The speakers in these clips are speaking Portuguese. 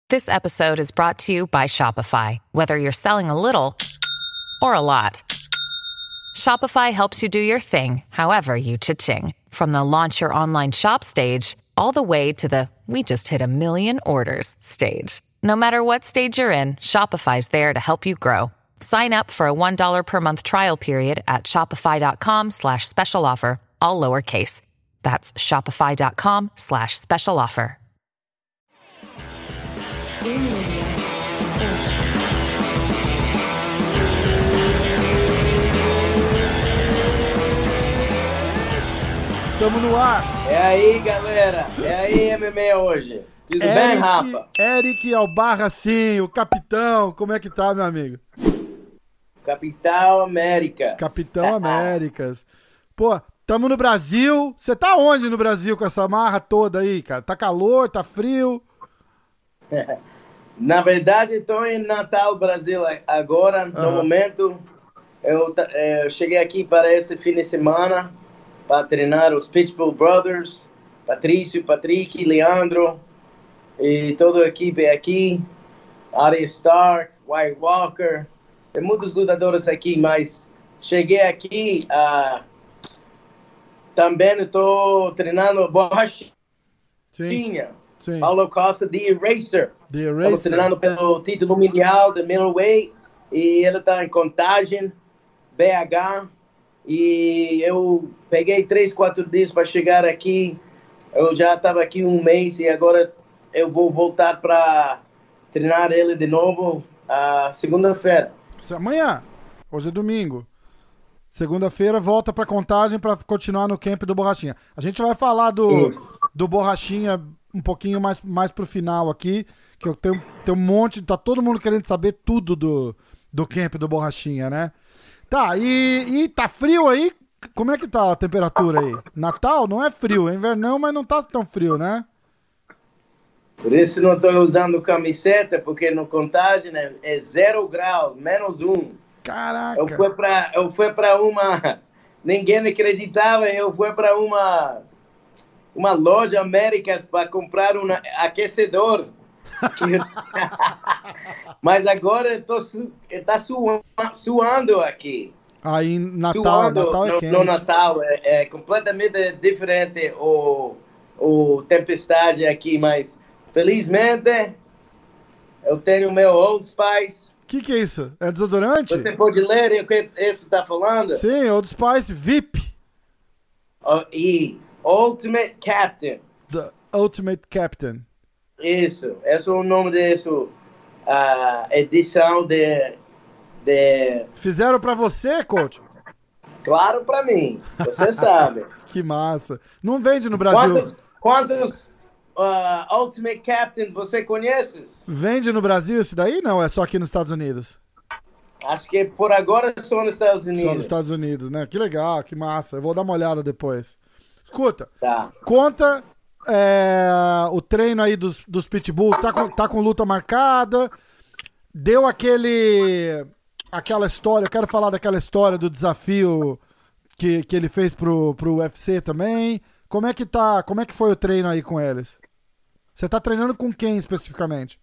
This episode is brought to you by Shopify. Whether you're selling a little or a lot, Shopify helps you do your thing, however you cha-ching. From the launch your online shop stage, all the way to the we just hit 1 million orders stage. No matter what stage you're in, Shopify's there to help you grow. Sign up for a $1 per month trial period at shopify.com/special offer, all lowercase. That's shopify.com/special offer. Estamos no ar. É aí, galera. É aí, MMA hoje. Tudo bem, Rafa? Eric Albarra, sim, o capitão. Como é que tá, meu amigo? Capitão Américas. Capitão Américas. Pô, tamo no Brasil. Você tá onde no Brasil com essa marra toda aí, cara? Tá calor, tá frio? Na verdade, estou em Natal, Brasil, agora. No momento, eu cheguei aqui para este fim de semana para treinar os Pitbull Brothers, Patrício, Patrick, Leandro e toda a equipe aqui, Arya Stark, White Walker, tem muitos lutadores aqui, mas cheguei aqui, também estou treinando borrachinha, Sim. Paulo Costa, The Eraser. Estamos treinando pelo título mundial de middleweight e ele está em Contagem, BH. E eu peguei 3-4 dias para chegar aqui. Eu já estava aqui um mês e agora eu vou voltar para treinar ele de novo segunda-feira. Amanhã. Hoje é domingo. Segunda-feira volta para Contagem para continuar no camp do Borrachinha. A gente vai falar do Borrachinha um pouquinho mais pro final aqui, que eu tenho um monte, tá todo mundo querendo saber tudo do camp do Borrachinha, né? Tá, e tá frio aí? Como é que tá a temperatura aí? Natal não é frio, é invernão, mas não tá tão frio, né? Por isso não estou usando camiseta, porque no Contagem é 0 graus, -1. Caraca! Eu fui para uma... Ninguém acreditava, eu fui para uma loja Américas para comprar um aquecedor. Mas agora tá suando aqui. Aí em Natal, Natal é quente. No Natal é completamente diferente o tempestade aqui, mas felizmente eu tenho meu Old Spice. O que é isso? É desodorante? Você pode ler o que esse está falando? Sim, Old Spice VIP. E Ultimate Captain. The Ultimate Captain. Isso, esse é o nome disso. Edição de... Fizeram pra você, coach? Claro, pra mim. Você sabe. Que massa. Não vende no Brasil. Quantos Ultimate Captains você conhece? Vende no Brasil esse daí? Não, é só aqui nos Estados Unidos. Acho que por agora é só nos Estados Unidos. Só nos Estados Unidos, né? Que legal, que massa. Eu vou dar uma olhada depois. Escuta, tá. Conta o treino aí dos Pitbull. Tá com luta marcada. Deu aquela história. Eu quero falar daquela história do desafio que ele fez pro UFC também. Como é que foi o treino aí com eles? Você tá treinando com quem especificamente?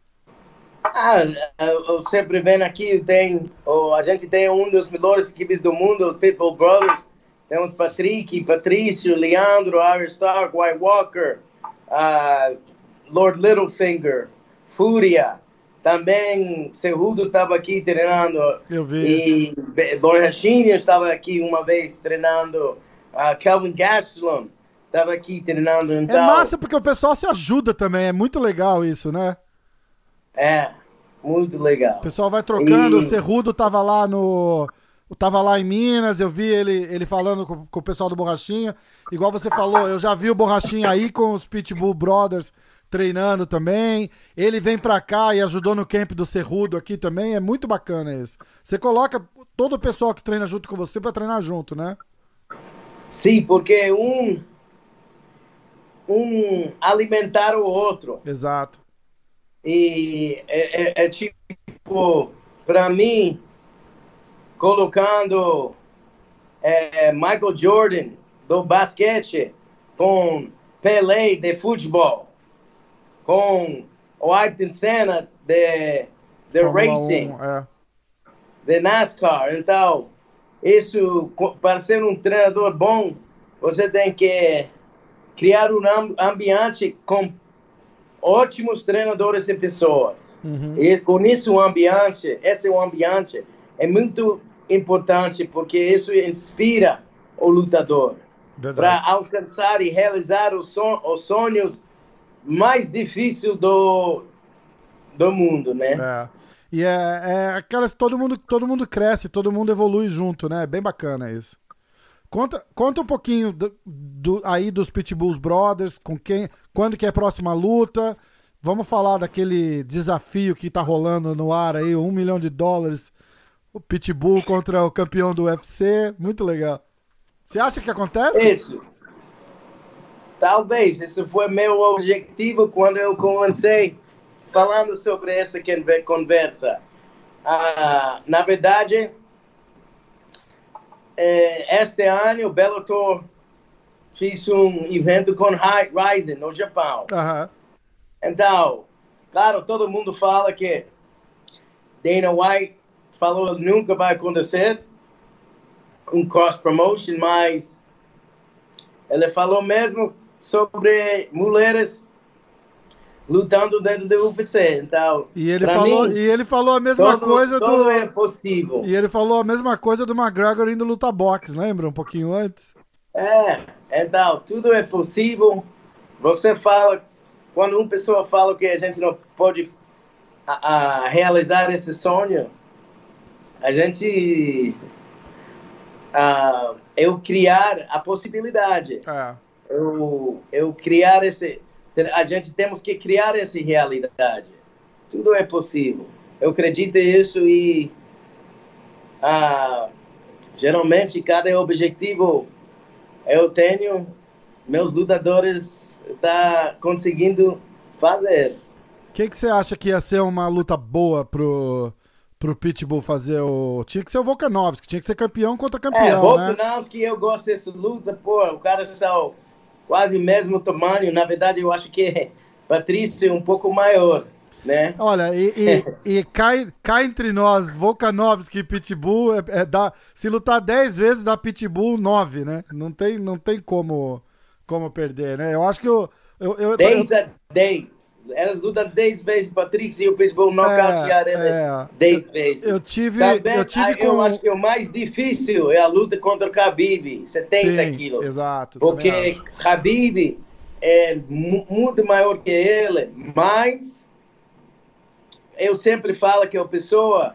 Eu sempre venho aqui, a gente tem um dos melhores equipes do mundo, os Pitbull Brothers. Temos Patrick, Patrício, Leandro, Arya Stark, White Walker, Lord Littlefinger, Fúria. Também Cerrudo estava aqui treinando. Eu vi. E Borrachinha estava aqui uma vez treinando. Kelvin Gastelum estava aqui treinando. Então, é massa porque o pessoal se ajuda também. É muito legal isso, né? É, muito legal. O pessoal vai trocando. O Cerrudo estava lá em Minas. Eu vi ele falando com o pessoal do Borrachinha. Igual você falou, eu já vi o Borrachinha aí com os Pitbull Brothers treinando também. Ele vem pra cá e ajudou no camp do Cerrudo aqui também. É muito bacana isso. Você coloca todo o pessoal que treina junto com você pra treinar junto, né? Sim, porque um alimentar o outro. Exato. E é tipo, pra mim, colocando Michael Jordan do basquete com Pelé de futebol, com o Ayrton Senna de racing, de NASCAR. Então, isso, para ser um treinador bom, você tem que criar um ambiente com ótimos treinadores e pessoas. E com isso, esse ambiente é muito importante, porque isso inspira o lutador para alcançar e realizar os sonhos mais difíceis do mundo, né? E aquelas todo mundo cresce, todo mundo evolui junto, né? É bem bacana isso. Conta um pouquinho aí dos Pitbull Brothers, quando que é a próxima luta. Vamos falar daquele desafio que tá rolando no ar aí, $1 milhão, o Pitbull contra o campeão do UFC. Muito legal. Você acha que acontece? Isso. Talvez. Esse foi meu objetivo quando eu comecei falando sobre essa conversa. Na verdade, este ano o Bellator fez um evento com Rising no Japão. Então, claro, todo mundo fala que Dana White falou que nunca vai acontecer um cross-promotion, mas ele falou mesmo sobre mulheres lutando dentro do UFC. Então, e ele falou a mesma coisa tudo é possível. E ele falou a mesma coisa do McGregor indo lutar boxe, lembra? Um pouquinho antes. Então, tudo é possível. Você fala, quando uma pessoa fala que a gente não pode realizar esse sonho, a gente eu criar a possibilidade. Eu criar a gente temos que criar essa realidade. Tudo é possível. Eu acredito nisso e geralmente cada objetivo eu tenho, meus lutadores estão conseguindo fazer. Quem que você acha que ia ser uma luta boa pro Pitbull fazer Tinha que ser o Volkanovski, tinha que ser campeão contra campeão, Volkanovski, eu gosto dessa luta, o cara são quase o mesmo tamanho. Na verdade, eu acho que Patrício é um pouco maior, né? Olha, e cá entre nós, Volkanovski e Pitbull, se lutar 10 vezes, dá Pitbull 9, né? Não tem como perder, né? Eu acho que 10-10. Elas lutam 10 vezes, Patrício e o Pitbull nocautearam ele 10 vezes. Eu tive eu acho que o mais difícil é a luta contra o Khabib, 70 quilos. Exato. Porque Khabib é muito maior que ele, mas eu sempre falo que a pessoa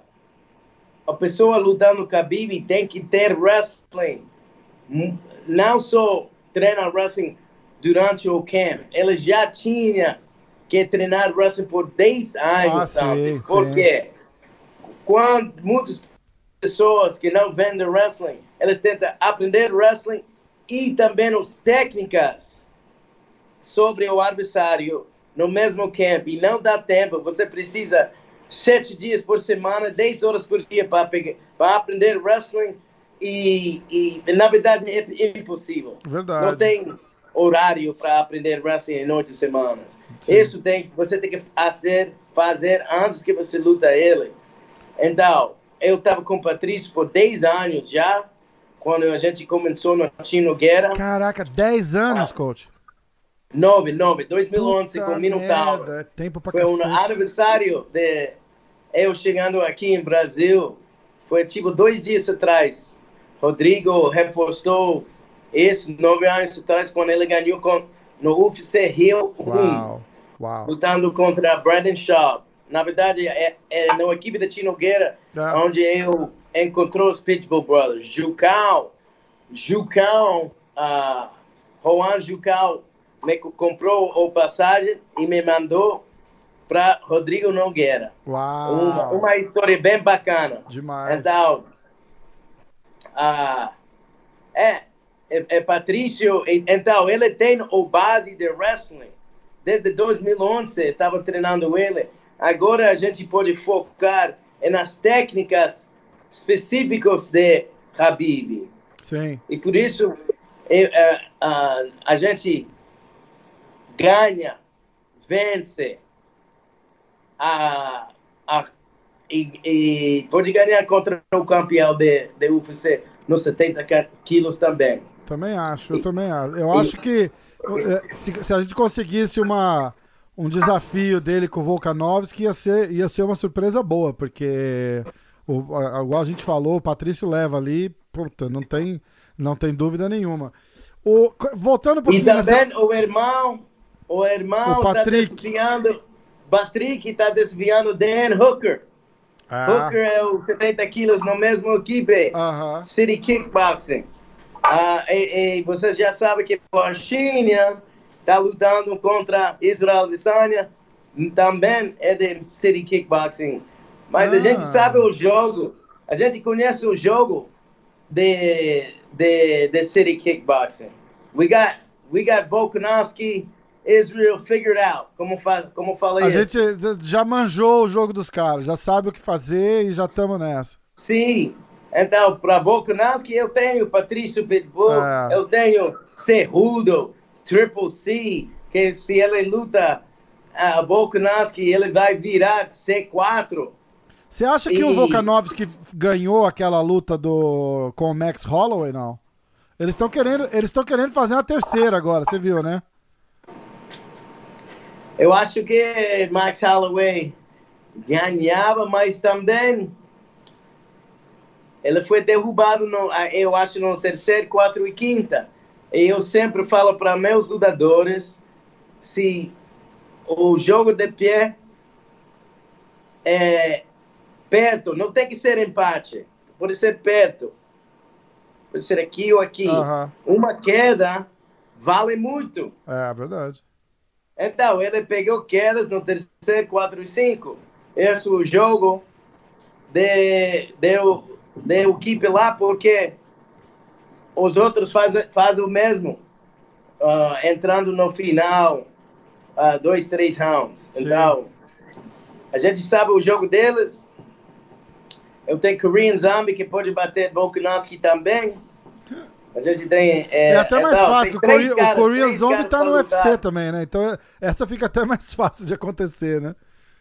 lutando Khabib tem que ter wrestling. Não só treinar wrestling durante o camp. Ele já tinha que treinar wrestling por 10 anos. Porque quando muitas pessoas que não vêm do wrestling, eles tentam aprender wrestling e também as técnicas sobre o adversário no mesmo camp. E não dá tempo. Você precisa 7 dias por semana, 10 horas por dia para aprender wrestling. E na verdade é impossível. Verdade. Não tem horário para aprender wrestling em 8 semanas. Sim. Isso você tem que fazer antes que você luta ele. Então, eu estava com o Patrício por 10 anos já, quando a gente começou no Chino Nogueira. Caraca, 10 anos, coach? 9, 2011 com o Minotauro. É tempo pra Foi cacete. um aniversário de eu chegando aqui em Brasil. Foi tipo 2 dias atrás. Rodrigo repostou isso 9 anos atrás, quando ele ganhou no UFC Rio 1, lutando contra Brandon Shaw. Na verdade, é na equipe da Chino Nogueira, onde eu encontrei os Pitbull Brothers. Juan Jucal me comprou o passagem e me mandou para Rodrigo Nogueira. Uma história bem bacana. Demais. Então, Patrício, então ele tem a base de wrestling. Desde 2011 estava treinando ele. Agora a gente pode focar nas técnicas específicas de Khabib. Sim. E por isso a gente ganha, vence a, a, e pode ganhar contra o campeão de UFC nos 70 quilos também. Também acho, eu também acho. Eu acho que se a gente conseguisse um desafio dele com o Volkanovski, ia ser uma surpresa boa, porque, igual a gente falou, o Patrício leva ali, puta, não tem dúvida nenhuma. Voltando um pouquinho e também o irmão está desviando, Patrick está desviando Dan Hooker. Hooker é o 70 quilos no mesmo equipe, City Kickboxing. E vocês já sabem que a China está lutando contra Israel Adesanya, também é de City Kickboxing. Mas a gente sabe o jogo, a gente conhece o jogo de City Kickboxing. We got Volkanovski, Israel figured out, como falei. A gente já manjou o jogo dos caras, já sabe o que fazer e já estamos nessa. Sim. Então, para Volkanovski, eu tenho Patrício Pitbull, eu tenho Cerrudo, Triple C, que se ele luta Volkanovski, ele vai virar C4. Você acha que o Volkanovski ganhou aquela luta com o Max Holloway, não? Eles estão querendo fazer uma terceira agora, você viu, né? Eu acho que Max Holloway ganhava, mas também ele foi derrubado, eu acho, no terceiro, quarto e quinta. E eu sempre falo para meus lutadores, se o jogo de pé é perto, não tem que ser empate, pode ser perto, pode ser aqui ou aqui. Uma queda vale muito. É verdade. Então, ele pegou quedas no terceiro, 4 e 5. Esse é o jogo de equipe lá, porque os outros fazem o mesmo, entrando no final, 2, 3 rounds. Sim. Então, a gente sabe o jogo deles. Eu tenho Korean Zombie, que pode bater Volkanovski também. A gente tem... É até mais fácil, o Korean Zombie tá no UFC também, né? Então, essa fica até mais fácil de acontecer, né?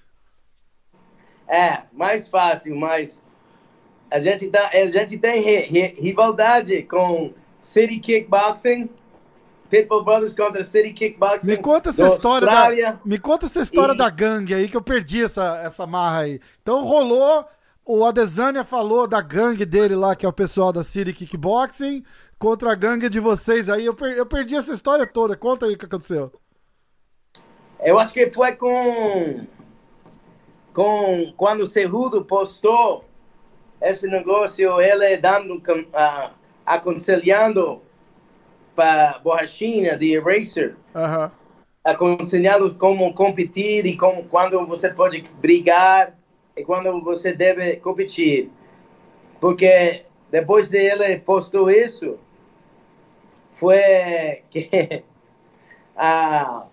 É, mais fácil, mas a gente tem rivalidade com City Kickboxing, Pitbull Brothers contra City Kickboxing. Me conta essa história da gangue aí, que eu perdi essa marra aí. Então rolou, o Adesanya falou da gangue dele lá, que é o pessoal da City Kickboxing, contra a gangue de vocês aí. Eu perdi essa história toda. Conta aí o que aconteceu. Eu acho que foi quando o Cerrudo postou esse negócio, ele dando, aconselhando para Borrachinha, de Eraser, aconselhando como competir e quando você pode brigar e quando você deve competir. Porque depois de ele postou isso, foi que a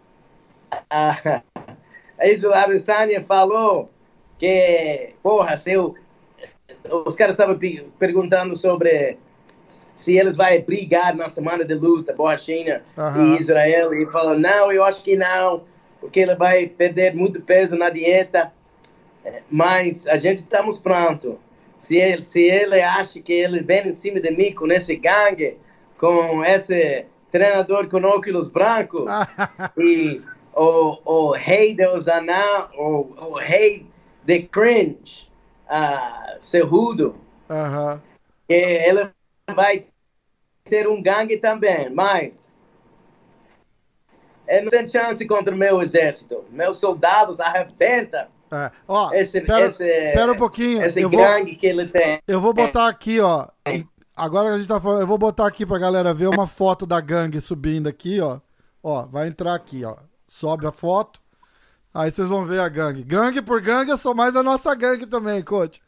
Israel Adesanya falou que, porra, os caras estavam perguntando sobre se eles vão brigar na semana de luta, Borrachinha e Israel, e falou, não, eu acho que não, porque ele vai perder muito peso na dieta, mas a gente estamos prontos. Se ele acha que ele vem em cima de mim com esse gangue, com esse treinador com óculos brancos, e o rei de Osaná, o rei de cringe, Cerrudo, que ele vai ter um gangue também, mas ele não tem chance contra o meu exército. Meus soldados arrebentam Pera um pouquinho. Esse gangue que ele tem. Eu vou botar aqui, ó. Agora que a gente tá falando, eu vou botar aqui pra galera ver uma foto da gangue subindo aqui, ó. Ó, vai entrar aqui, ó. Sobe a foto. Aí vocês vão ver a gangue. Gangue por gangue, eu sou mais a nossa gangue também, coach.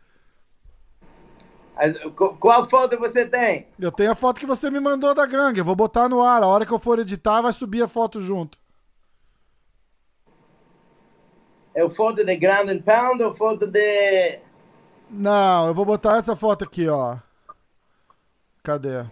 Qual foto você tem? Eu tenho a foto que você me mandou da gangue. Eu vou botar no ar. A hora que eu for editar, vai subir a foto junto. É o foto de Ground and Pound ou foto de... Não, eu vou botar essa foto aqui, ó. Cadê?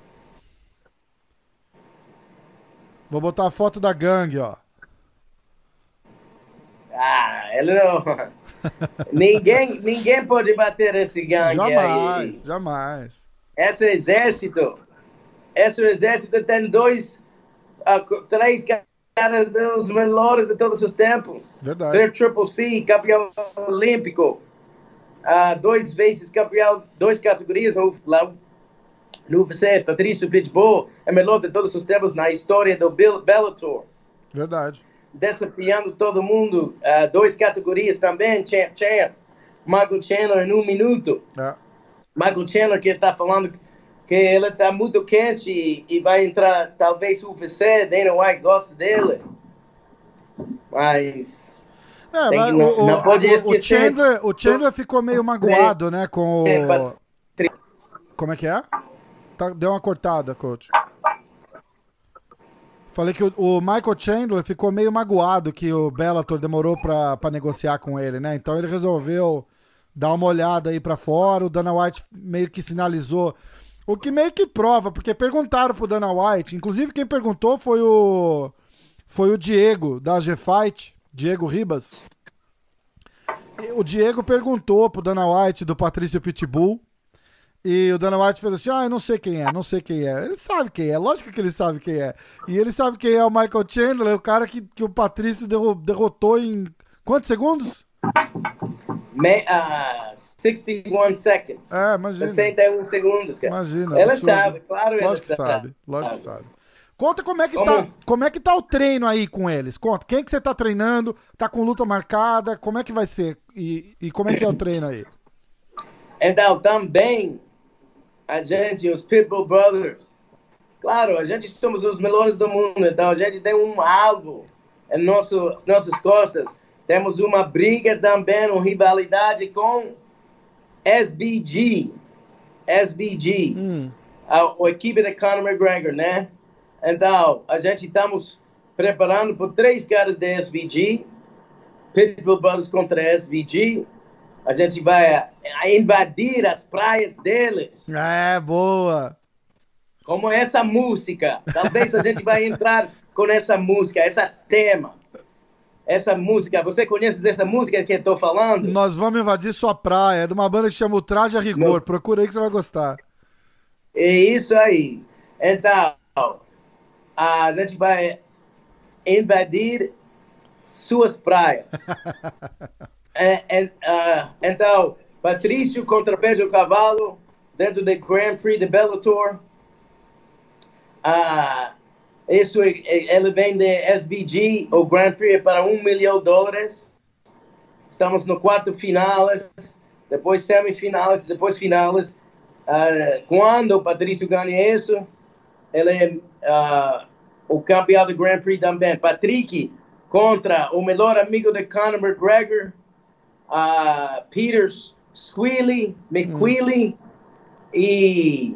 Vou botar a foto da gangue, ó. Ele não... ninguém pode bater esse gangue aí. Jamais. Esse exército tem três caras dos melhores de todos os tempos. Verdade. Triple C, campeão olímpico. 2 vezes campeão, 2 categorias no UFC. Patrício Pitbull é melhor de todos os tempos na história do Bellator. Verdade. Desafiando todo mundo. 2 categorias também. Champ. Michael Chandler em 1 minuto. Michael Chandler que está falando que ele está muito quente e vai entrar talvez o UFC. Dana White gosta dele. Mas... não pode esquecer. O Chandler ficou meio magoado, né? Com o... Como é que é? Deu uma cortada, coach. Falei que o Michael Chandler ficou meio magoado que o Bellator demorou pra negociar com ele, né? Então ele resolveu dar uma olhada aí pra fora. O Dana White meio que sinalizou. O que meio que prova, porque perguntaram pro Dana White. Inclusive quem perguntou foi o Diego, da G-Fight. Diego Ribas. O Diego perguntou pro Dana White do Patrício Pitbull. E o Dana White fez assim, eu não sei quem é. Ele sabe quem é, lógico que ele sabe quem é. E ele sabe quem é o Michael Chandler, o cara que o Patrício derrotou em quantos segundos? 61 seconds. Imagina. 61 segundos, cara. Imagina. Ele sabe, claro, ele lógico sabe. Lógico que sabe. Conta como é que tá o treino aí com eles. Conta, quem que você tá treinando? Tá com luta marcada? Como é que vai ser? E como é que é o treino aí? Então, também, a gente, os Pitbull Brothers, claro, a gente somos os melhores do mundo, então a gente tem um alvo em nossas costas. Temos uma briga também, uma rivalidade com SBG. A equipe de Conor McGregor, né? Então, a gente estamos preparando por 3 caras da SVG, Pitbull Brothers contra a SVG. A gente vai invadir as praias deles. Boa! Como essa música. Talvez a gente vai entrar com essa música, esse tema. Essa música, você conhece essa música que eu estou falando? Nós vamos invadir sua praia, é de uma banda que chama o Traje a Rigor. Procura aí que você vai gostar. É isso aí. Então... a gente vai invadir suas praias. Então, Patrício contra Pedro Cavalo, dentro do Grand Prix de Bellator. Isso, ele vem de SBG, o Grand Prix é para $1 milhão. Estamos no quarto finais, depois semifinais, depois finais. Quando o Patrício ganha isso, ele é o campeão do Grand Prix também. Patrick contra o melhor amigo de Conor McGregor, Peter McQueely e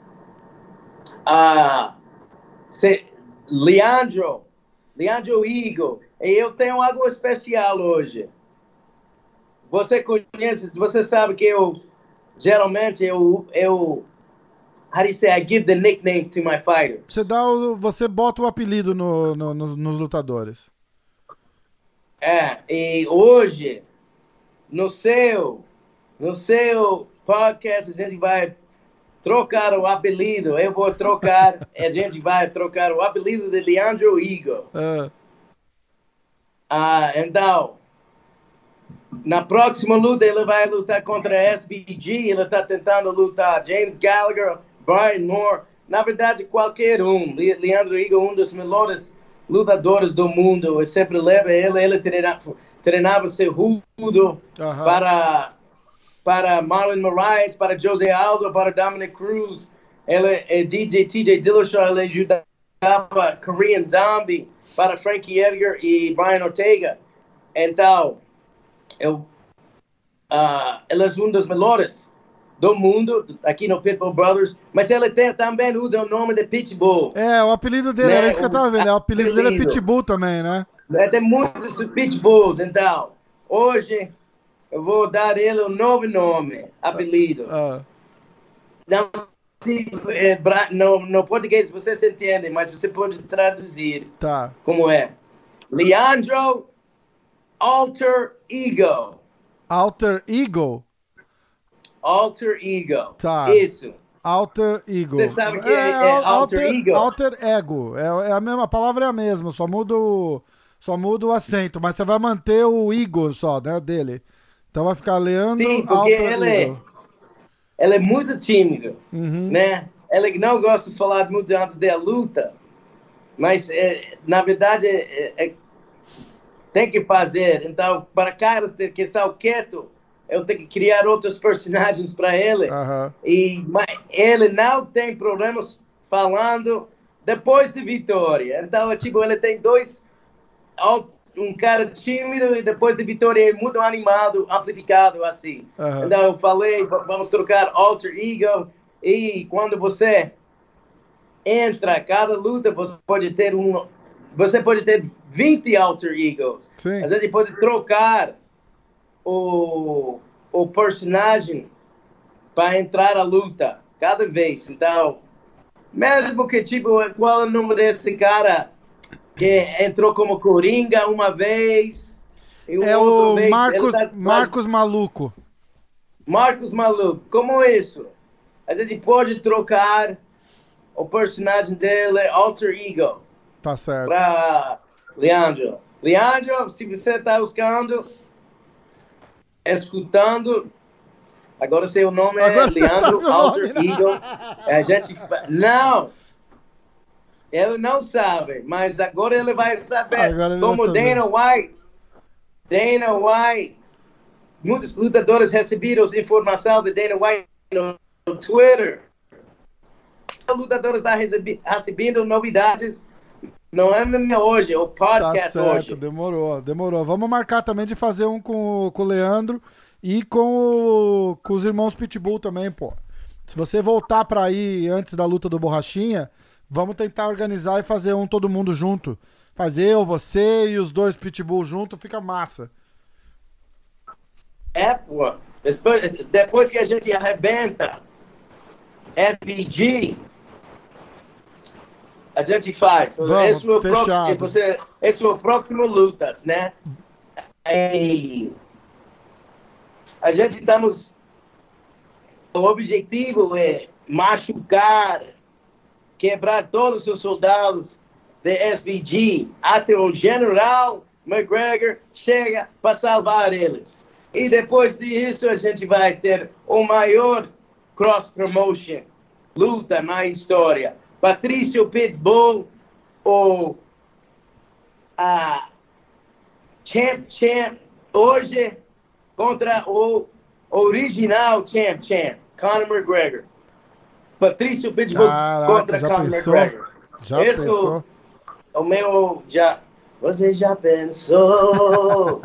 Leandro Higo. E eu tenho algo especial hoje. Você conhece, você sabe que eu geralmente how do you say? I give the nicknames to my fighters. Você bota o apelido nos lutadores. E hoje, no seu podcast, a gente vai trocar o apelido. Eu vou trocar, a gente vai trocar o apelido de Leandro Higo. Então, na próxima luta, ele vai lutar contra a SBG. Ele está tentando lutar James Gallagher, Brian Moore, na verdade qualquer um. Leandro Higo, um dos melhores lutadores do mundo. Eu sempre levo ele treinava Cejudo para Marlon Moraes, para Jose Aldo, para Dominic Cruz. Ele é TJ Dillashaw, ele ajudava Korean Zombie para Frankie Edgar e Brian Ortega. Então, ele é um dos melhores do mundo, aqui no Pitbull Brothers, mas ele também usa o nome de Pitbull. O apelido dele, era isso que eu tava vendo, o apelido dele é Pitbull também, né? Tem muitos Pitbulls, então, hoje eu vou dar ele um novo nome, apelido. Não, no português você se entende, mas você pode traduzir como é. Leandro Alter Ego. Alter Ego? Alter Ego. Tá. Isso. Alter Ego. Você sabe que é Alter Ego? Alter Ego. É a mesma, a palavra é a mesma, só muda o acento, mas você vai manter o Ego só, né, dele. Então vai ficar Leandro Sim, porque Alter Ego. ele é muito tímido, né? Ele não gosta de falar muito antes da luta, mas na verdade tem que fazer. Então, para caras que estão quietos, eu tenho que criar outros personagens para ele. Mas ele não tem problemas falando depois de vitória. Então, ele tem um cara tímido e depois de vitória é muito animado, amplificado assim. Então eu falei, vamos trocar Alter Ego, e quando você entra cada luta, você pode ter 20 Alter Egos. Sim. A gente pode trocar o personagem para entrar a luta cada vez. Então, mesmo que qual é o nome desse cara que entrou como Coringa uma vez. E o vez, Marcos Maluco. Marcos Maluco. Como isso? A gente pode trocar o personagem dele, Alter Ego. Tá certo. Para Leandro. Leandro, se você está escutando, agora seu nome é Leandro Alter Ego. A gente... Não! Ele não sabe, mas agora ele vai saber. Como Dana White, muitos lutadores receberam informação de Dana White no Twitter. Os lutadores estão recebendo novidades. Não é hoje, é o podcast tá certo, hoje. Demorou. Vamos marcar também de fazer um com o Leandro e com os irmãos Pitbull também, pô. Se você voltar pra ir antes da luta do Borrachinha, vamos tentar organizar e fazer um todo mundo junto. Fazer eu, você e os dois Pitbull junto, fica massa. Pô. Depois que a gente arrebenta SBG, a gente faz. Vamos, esse é o próximo lutas, né? E a gente estamos... O objetivo é machucar, quebrar todos os soldados da SBG até o General McGregor chega para salvar eles. E depois disso a gente vai ter o maior cross-promotion luta na história. Patrício Pitbull, o champ hoje contra o original champ, Conor McGregor. Patrício Pitbull contra Conor McGregor. Já pensou? O meu você já pensou?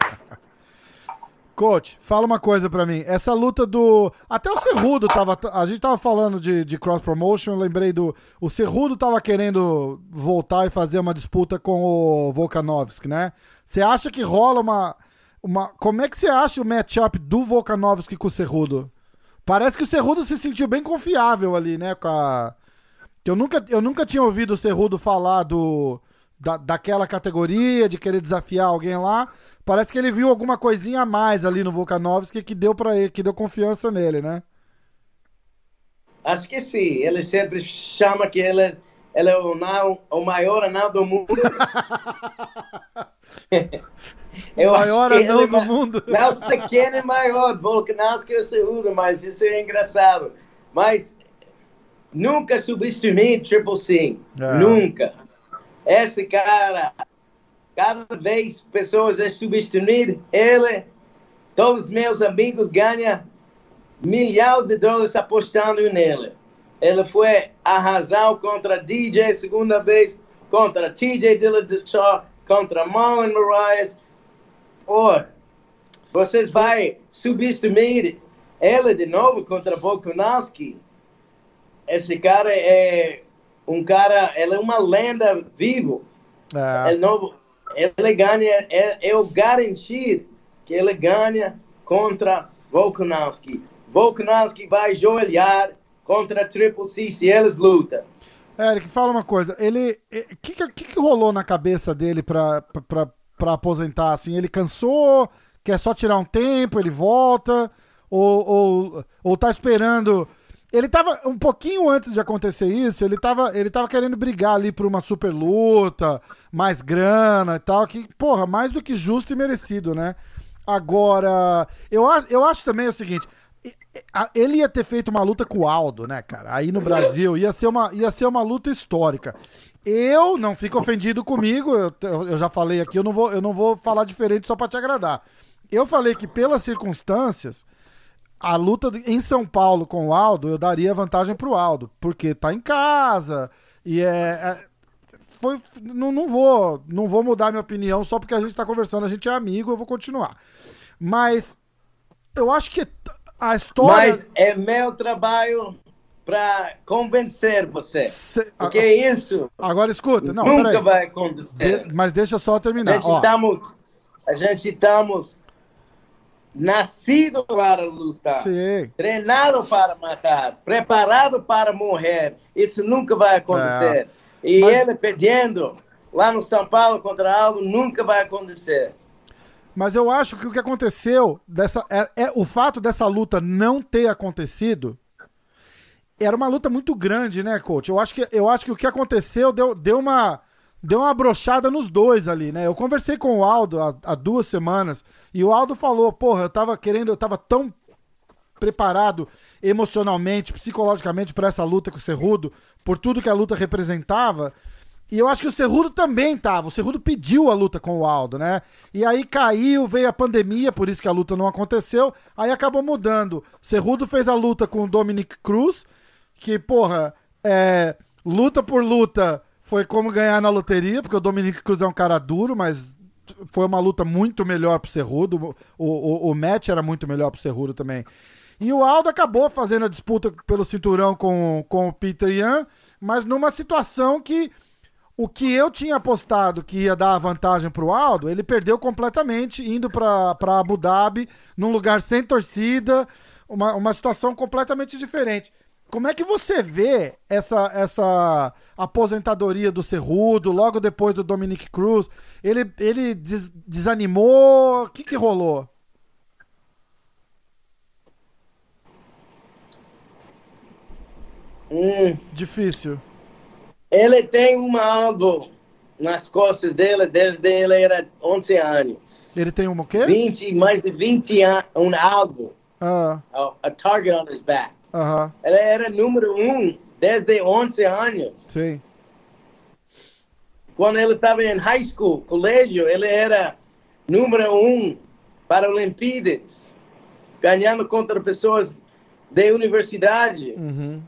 Coach, fala uma coisa pra mim. Essa luta do... Até o Cerrudo tava... A gente tava falando de cross promotion, eu lembrei do... O Cerrudo tava querendo voltar e fazer uma disputa com o Volkanovski, né? Você acha que rola uma... Como é que você acha o matchup do Volkanovski com o Cerrudo? Parece que o Cerrudo se sentiu bem confiável ali, né? Eu nunca tinha ouvido o Cerrudo falar daquela categoria, de querer desafiar alguém lá. Parece que ele viu alguma coisinha a mais ali no Volkanovski que deu para ele, que deu confiança nele, né? Acho que sim. Ele sempre chama que ele é o maior anão do mundo. O maior anão do mundo. Não sei quem é maior, Volkanovski ou Cerrudo, mas isso é engraçado. Mas nunca subestimei Triple C. Nunca. Esse cara... Cada vez pessoas subestimam ele, todos os meus amigos ganham milhares de dólares apostando nele. Ele foi a razão contra DJ segunda vez, contra TJ Dillashaw, contra Marlon Moraes. Vocês vão subestimar ele de novo contra Volkanovski. Esse cara ele é uma lenda vivo. Ele ganha, eu garantir que ele ganha contra Volkanovski. Volkanovski vai joelhar contra Triple C se eles lutam. Eric, fala uma coisa. O que rolou na cabeça dele pra pra aposentar, assim? Ele cansou, quer só tirar um tempo, ele volta, ou tá esperando... Ele tava, um pouquinho antes de acontecer isso, ele tava querendo brigar ali por uma super luta, mais grana e tal, que, porra, mais do que justo e merecido, né? Agora, eu acho também o seguinte, ele ia ter feito uma luta com o Aldo, né, cara? Aí no Brasil, ia ser uma luta histórica. Eu não fico ofendido comigo, eu já falei aqui, eu não vou falar diferente só pra te agradar. Eu falei que pelas circunstâncias... A luta em São Paulo com o Aldo, eu daria vantagem pro Aldo, porque tá em casa, e não vou mudar minha opinião só porque a gente tá conversando, a gente é amigo, eu vou continuar. Mas eu acho que a história... Mas é meu trabalho para convencer você. Porque isso agora escuta, não, nunca vai acontecer. Mas deixa eu só terminar. A gente estamos nascido para lutar, sim, treinado para matar, preparado para morrer. Isso nunca vai acontecer. Ele pedindo lá no São Paulo contra Aldo nunca vai acontecer. Mas eu acho que o que aconteceu, o fato dessa luta não ter acontecido, era uma luta muito grande, né, coach? Eu acho que o que aconteceu deu uma brochada nos dois ali, né? Eu conversei com o Aldo há 2 semanas e o Aldo falou, porra, eu tava tão preparado emocionalmente, psicologicamente pra essa luta com o Cerrudo, por tudo que a luta representava, e eu acho que o Cerrudo também tava, o Cerrudo pediu a luta com o Aldo, né? E aí caiu, veio a pandemia, por isso que a luta não aconteceu, aí acabou mudando. O Cerrudo fez a luta com o Dominick Cruz, que, porra, luta por luta... Foi como ganhar na loteria, porque o Dominick Cruz é um cara duro, mas foi uma luta muito melhor pro Cerrudo. O match era muito melhor pro Cerrudo também. E o Aldo acabou fazendo a disputa pelo cinturão com o Peter Yan, mas numa situação que o que eu tinha apostado que ia dar a vantagem pro Aldo, ele perdeu completamente, indo pra Abu Dhabi, num lugar sem torcida, uma situação completamente diferente. Como é que você vê essa aposentadoria do Cerrudo, logo depois do Dominick Cruz? Ele desanimou? O que rolou? Difícil. Ele tem algo nas costas dele desde ele era 11 anos. Ele tem o quê? Mais de 20 anos, algo. A target on his back. Ele era número 1 desde 11 anos. Sim. Quando ele estava em high school, colégio, ele era número 1 para Olimpíadas, ganhando contra pessoas da universidade. Uhum.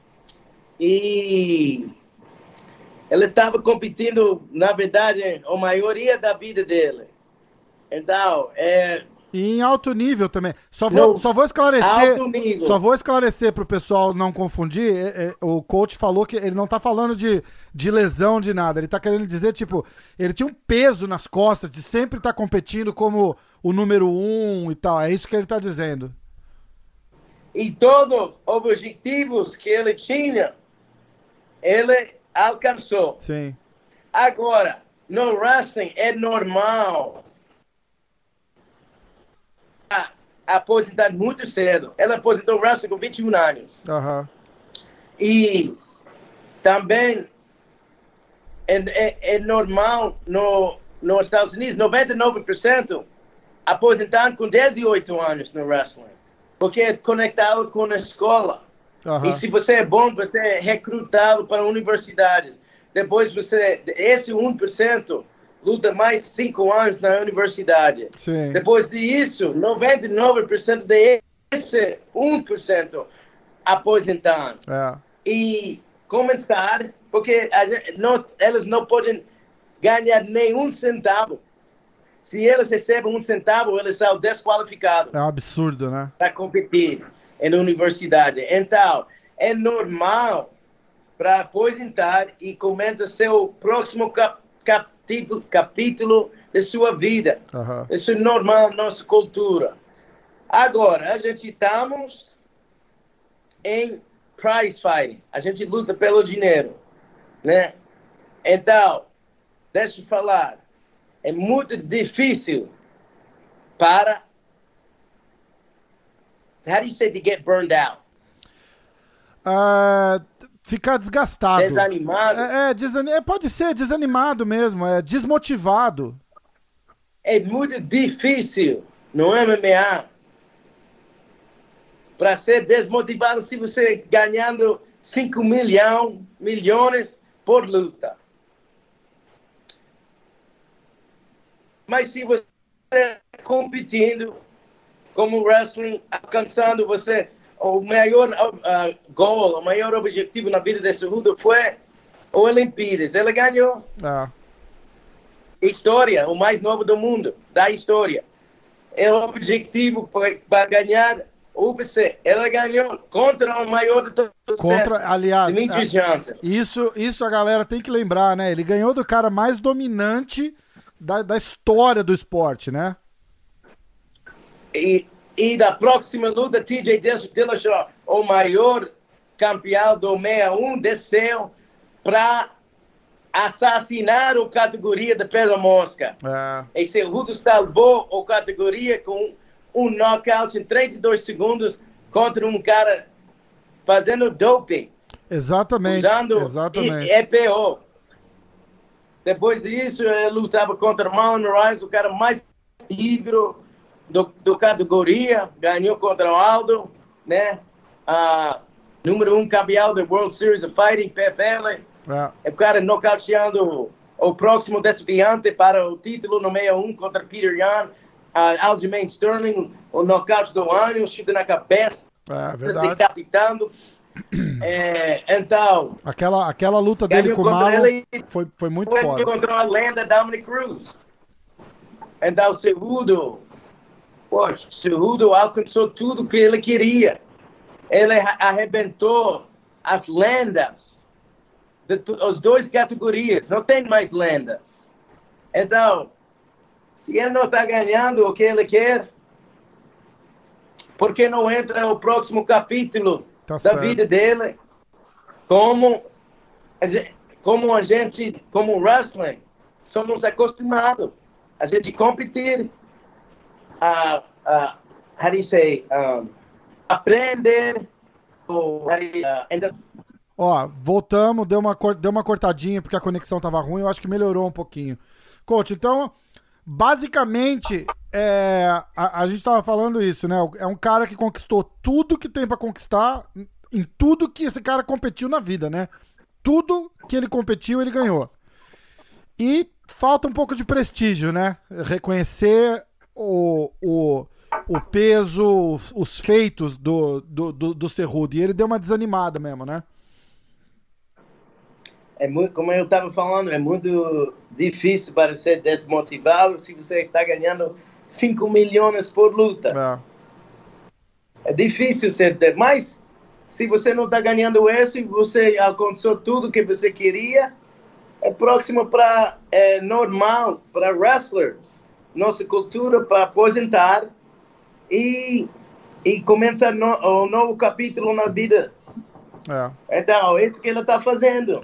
E ele estava competindo, na verdade, a maioria da vida dele. Então, E em alto nível também. Só vou esclarecer. Alto nível. Só vou esclarecer pro pessoal não confundir. O coach falou que ele não tá falando de lesão, de nada. Ele tá querendo dizer, tipo, ele tinha um peso nas costas de sempre estar competindo como o número 1 e tal. É isso que ele tá dizendo. E todos os objetivos que ele tinha, ele alcançou. Sim. Agora, no wrestling é normal aposentar muito cedo. Ela aposentou o wrestling com 21 anos. Uhum. E também é normal nos Estados Unidos, 99% aposentando com 18 anos no wrestling. Porque é conectado com a escola. Uhum. E se você é bom, você é recrutado para universidades. Depois esse 1% luta mais 5 anos na universidade. Sim. Depois disso, 99% desse 1% aposentando. E começar, porque eles não podem ganhar nenhum centavo. Se eles recebem 1 centavo, eles são desqualificados. É um absurdo, né? Para competir na universidade. Então, é normal para aposentar e começa seu próximo capítulo de sua vida. Uhum. Isso é normal na nossa cultura. Agora, a gente estamos em prize fighting. A gente luta pelo dinheiro, né? Então, deixa eu falar. é muito difícil para... How do you say to get burned out? Ficar desgastado. Desanimado. Pode ser desanimado mesmo, desmotivado. É muito difícil no MMA para ser desmotivado se você ganhando 5 milhões por luta. Mas se você competindo como wrestling, alcançando você, o maior goal, o maior objetivo na vida de Cejudo foi o Olimpíadas. Ele ganhou. História, o mais novo do mundo, da história. É o objetivo para ganhar o UFC. Ele ganhou contra o maior de todos os tempos. Aliás, isso a galera tem que lembrar, né? Ele ganhou do cara mais dominante da história do esporte, né? E da próxima luta, TJ Dillashaw, o maior campeão do 61, desceu para assassinar a categoria de peso mosca. E Cejudo salvou a categoria com um knockout em 32 segundos contra um cara fazendo doping. Exatamente. Usando EPO. Depois disso, ele lutava contra Marlon Moraes, o cara mais íntegro do categoria, ganhou contra o Aldo, né? Número 1 campeão da World Series of Fighting, PFL. O cara nocauteando o próximo desafiante para o título no 61 contra Peter Yan. Aljamain Sterling, o nocaute do ano, chute na cabeça, decapitando. Então, aquela luta dele com o Marlon foi muito foda. Contra a lenda Dominic Cruz. Então, Cejudo alcançou tudo que ele queria. Ele arrebentou as lendas as duas categorias. Não tem mais lendas. Então, se ele não está ganhando o que ele quer, por que não entra no próximo capítulo da vida dele? Como a gente, como wrestling, somos acostumados a gente competir, how do you say, aprender, voltamos, deu uma cortadinha porque a conexão tava ruim, eu acho que melhorou um pouquinho. Coach, então, basicamente, a gente tava falando isso, né? É um cara que conquistou tudo que tem pra conquistar em tudo que esse cara competiu na vida, né? Tudo que ele competiu, ele ganhou. E falta um pouco de prestígio, né? Reconhecer o peso, os feitos do Cejudo. E ele deu uma desanimada mesmo, né? Como eu estava falando, é muito difícil para ser desmotivado se você está ganhando 5 milhões por luta. É difícil ser, mas se você não está ganhando isso e você alcançou tudo que você queria, é próximo para normal para wrestlers, nossa cultura para aposentar e começar um novo capítulo na vida. Então, é isso que ele está fazendo.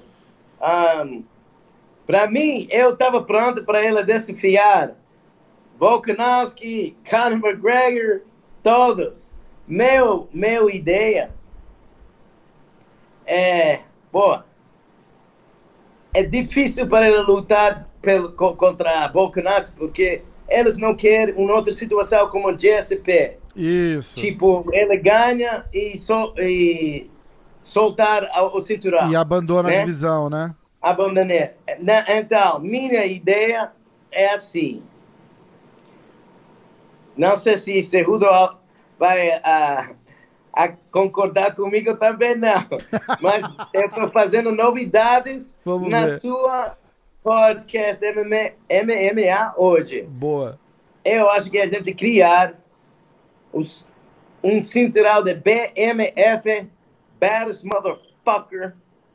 Para mim, eu estava pronto para ele desafiar Volkanovski, Conor McGregor, todos. Meu ideia é difícil para ele lutar contra Volkanovski porque eles não querem uma outra situação como o GSP. Isso. Tipo, ele ganha e soltar o cinturão. E abandona, né? A divisão, né? Abandonei. Então, minha ideia é assim. Não sei se Cejudo vai concordar comigo também, não. Mas eu estou fazendo novidades sua podcast MMA hoje. Boa. Eu acho que a gente criar um cinturão de BMF, Baddest Motherfucker,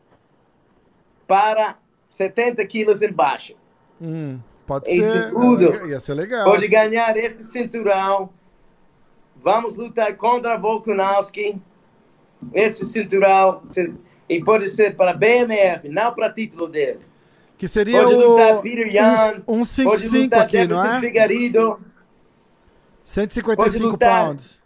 para 70 quilos embaixo. Pode ser. Cejudo ia ser legal. pode ganhar esse cinturão. Vamos lutar contra Volkanovski. Esse cinturão. E pode ser para BMF, não para título dele. Que seria pode lutar Peter Yan, um pode 5-5 lutar aqui, não Deiveson é? Figueiredo. 155 lutar- pounds.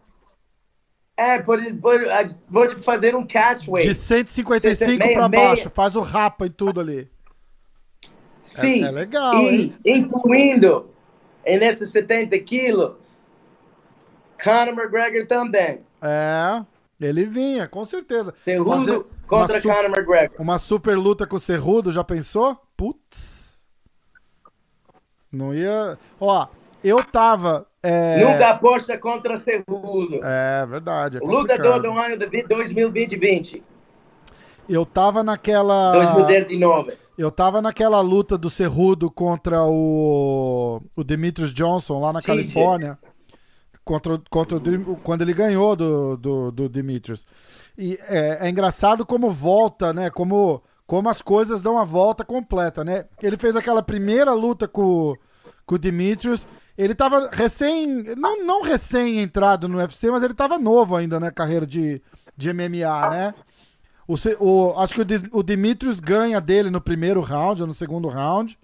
Pode fazer um catchweight. De 155 meia- pra meia- baixo. Faz o rapa e tudo ali. Sim. É legal, e hein? incluindo nesses 70 quilos, Conor McGregor também. Ele vinha, com certeza. Cerrudo contra Conor McGregor. Uma super luta com o Cerrudo, já pensou? Putz. Não ia... Ó, eu tava... Nunca aposta contra Cerrudo. É verdade, O lutador do ano de 2020. Eu tava naquela... 2019. Eu tava naquela luta do Cerrudo contra o Demetrius Johnson lá na Califórnia. Quando ele ganhou do Demetrius. E é engraçado como volta, né? Como as coisas dão a volta completa, né? Ele fez aquela primeira luta com o Demetrius. Ele tava não recém entrado no UFC, mas ele tava novo ainda na carreira de MMA, né? Acho que o Demetrius ganha dele no primeiro round ou no segundo round.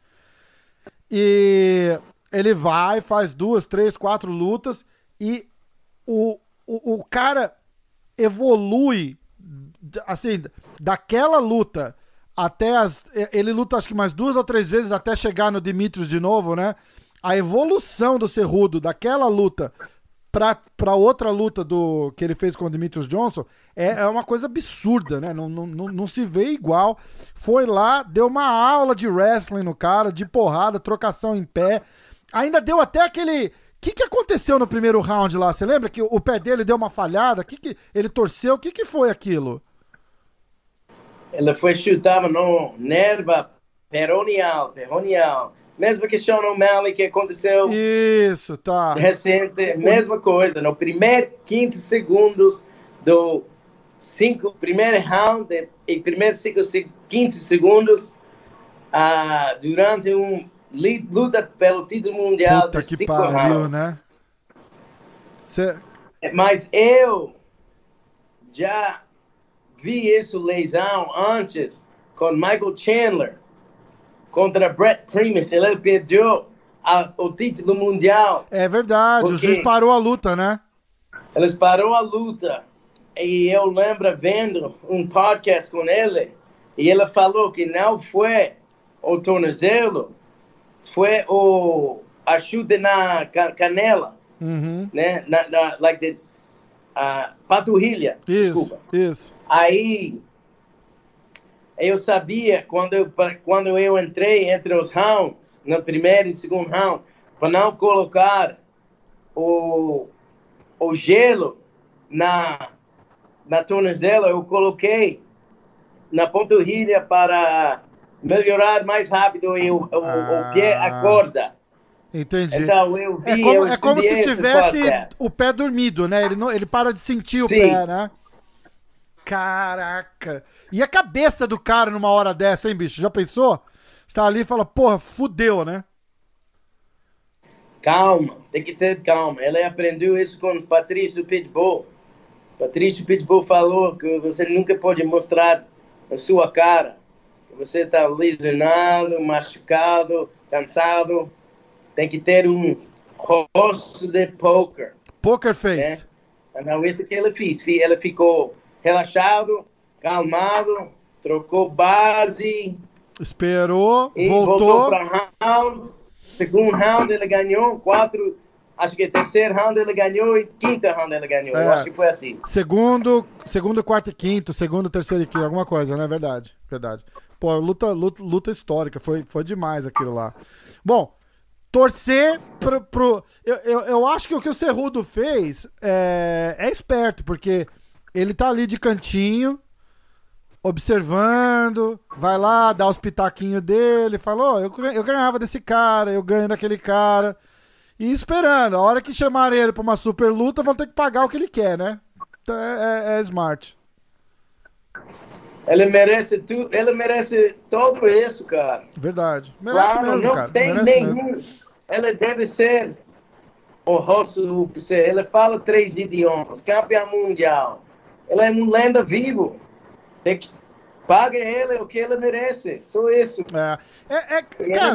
E ele vai, faz 2, 3, 4 lutas. E o cara evolui, assim, daquela luta até ele luta acho que mais 2 ou 3 vezes até chegar no Demetrius de novo, né? A evolução do Cerrudo daquela luta pra outra luta que ele fez com o Demetrius Johnson é uma coisa absurda, né? Não se vê igual. Foi lá, deu uma aula de wrestling no cara, de porrada, trocação em pé. Ainda deu até aquele... O que aconteceu no primeiro round lá? Você lembra que o pé dele deu uma falhada? Que ele torceu? O que foi aquilo? Ele foi chutado no nerva peronial. Mesma que Sean O'Malley que aconteceu. Isso, tá. Recente, mesma coisa. No primeiro 15 segundos do primeiro round e primeiro 15 segundos durante luta pelo título mundial. Puta de que 5 pariu, rounds. né? Mas eu já vi isso lesão antes com Michael Chandler contra Brett Primus. Ele perdeu o título mundial. É verdade, o juiz parou a luta, né? Eles parou a luta. E eu lembro vendo um podcast com ele. E ele falou que não foi o tornozelo, foi a chute na canela. Uhum. Né? Panturrilha. Desculpa. Isso. Aí eu sabia quando eu entrei entre os rounds, no primeiro e segundo round, para não colocar o gelo na tornozela, eu coloquei na panturrilha para melhorar mais rápido e o pé acorda. Entendi. Então eu vi, é como se tivesse o pé dormido, né? Ele para de sentir o pé, né? Caraca. E a cabeça do cara numa hora dessa, hein, bicho? Já pensou? Você tá ali e fala, porra, fudeu, né? Calma, tem que ter calma. Ele aprendeu isso com o Patrício Pitbull. Patrício Pitbull falou que você nunca pode mostrar a sua cara. Você está lesionado, machucado, cansado. Tem que ter um rosto de poker. Poker face. Né? Então, isso que ele fez. Ele ficou relaxado, calmado, trocou base. Esperou, e voltou para round. Segundo round ele ganhou, 4. Acho que terceiro round ele ganhou e quinto round ele ganhou. Eu acho que foi assim. Segundo, quarto e quinto, segundo, terceiro e quinto, alguma coisa, né? Verdade. Pô, luta histórica, foi demais aquilo lá. Bom, torcer pro... Eu acho que o que o Cerrudo fez é esperto, porque ele tá ali de cantinho, observando, vai lá, dá os pitaquinhos dele, falou, eu ganhava desse cara, eu ganho daquele cara, e esperando, a hora que chamarem ele pra uma super luta, vão ter que pagar o que ele quer, né? Então é smart. Ele merece tudo, ele merece tudo isso, cara. Verdade. Merece claro, mesmo, não cara. Tem merece nenhum. Mesmo. Ele deve ser o rosto do UFC. Ele fala 3 idiomas, campeão mundial. Ele é um lenda vivo. Pague ele o que ele merece. Só isso. Cara,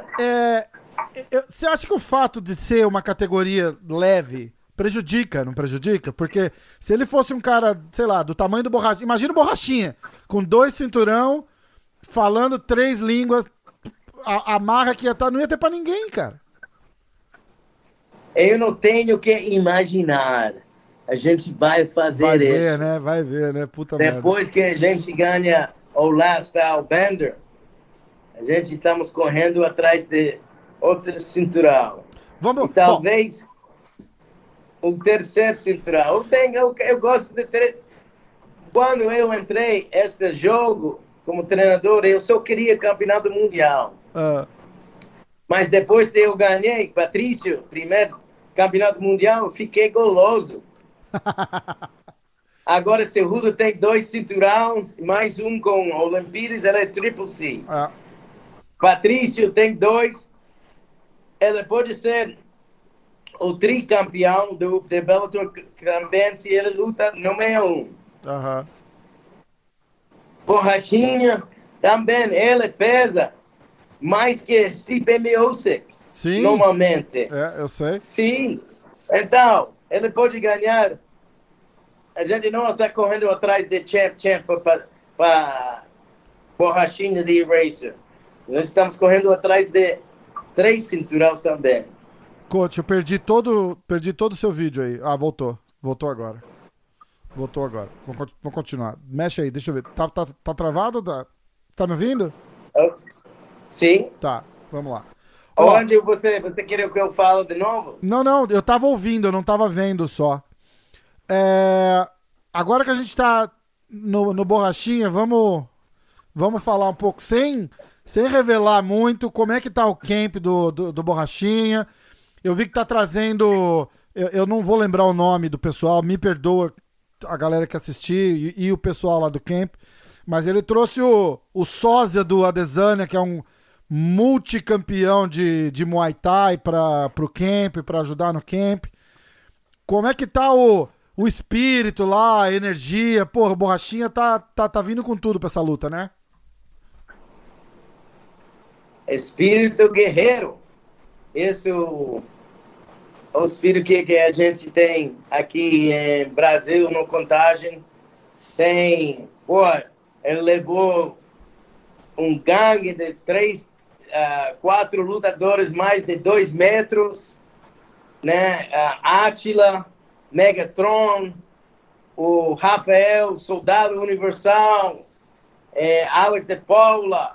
você acha que o fato de ser uma categoria leve prejudica, não prejudica? Porque se ele fosse um cara, sei lá, do tamanho do Borrachinha, imagina o Borrachinha, com 2 cinturão, falando 3 línguas, a marra que ia estar, não ia ter pra ninguém, cara. Eu não tenho que imaginar. A gente vai fazer isso. Vai ver, né? Puta Depois merda. que a gente ganha o Last Bender, a gente estamos correndo atrás de outro cinturão. E talvez o terceiro cinturão. Eu gosto de quando eu entrei este jogo como treinador, eu só queria campeonato mundial. Mas depois que eu ganhei, Patrício, primeiro campeonato mundial, eu fiquei goloso. Agora, se o Rudo tem 2 cinturões, mais um com Olimpíadas, ele é Triple C. Patrício tem 2. Ele pode ser o tricampeão do Bellator também, se ele luta no 61. Borrachinha também, ele pesa mais que Stipe Miocic. Sim. Normalmente. Eu sei. Sim. Então, ele pode ganhar. A gente não está correndo atrás de champ para Borrachinha de Eraser. Nós estamos correndo atrás de 3 cinturões também. Coach, eu perdi todo o seu vídeo aí. Voltou. Voltou agora. Vamos continuar. Mexe aí, deixa eu ver. Tá travado? Tá me ouvindo? Sim. Tá, vamos lá. Onde você quer que eu fale de novo? Não, eu tava ouvindo, eu não tava vendo só. Agora que a gente tá no Borrachinha, vamos falar um pouco, sem revelar muito, como é que tá o camp do Borrachinha. Eu vi que tá trazendo... Eu não vou lembrar o nome do pessoal, me perdoa a galera que assistiu e o pessoal lá do camp, mas ele trouxe o sósia do Adesanya, que é um multicampeão de Muay Thai pro camp, para ajudar no camp. Como é que tá o espírito lá, a energia? Porra, o Borrachinha tá vindo com tudo pra essa luta, né? Espírito guerreiro. Esse é o espírito que a gente tem aqui em Brasil, no Contagem. Ele levou um gangue de 4 lutadores mais de 2 metros, né? Átila, Megatron, o Rafael, Soldado Universal, Alex de Paula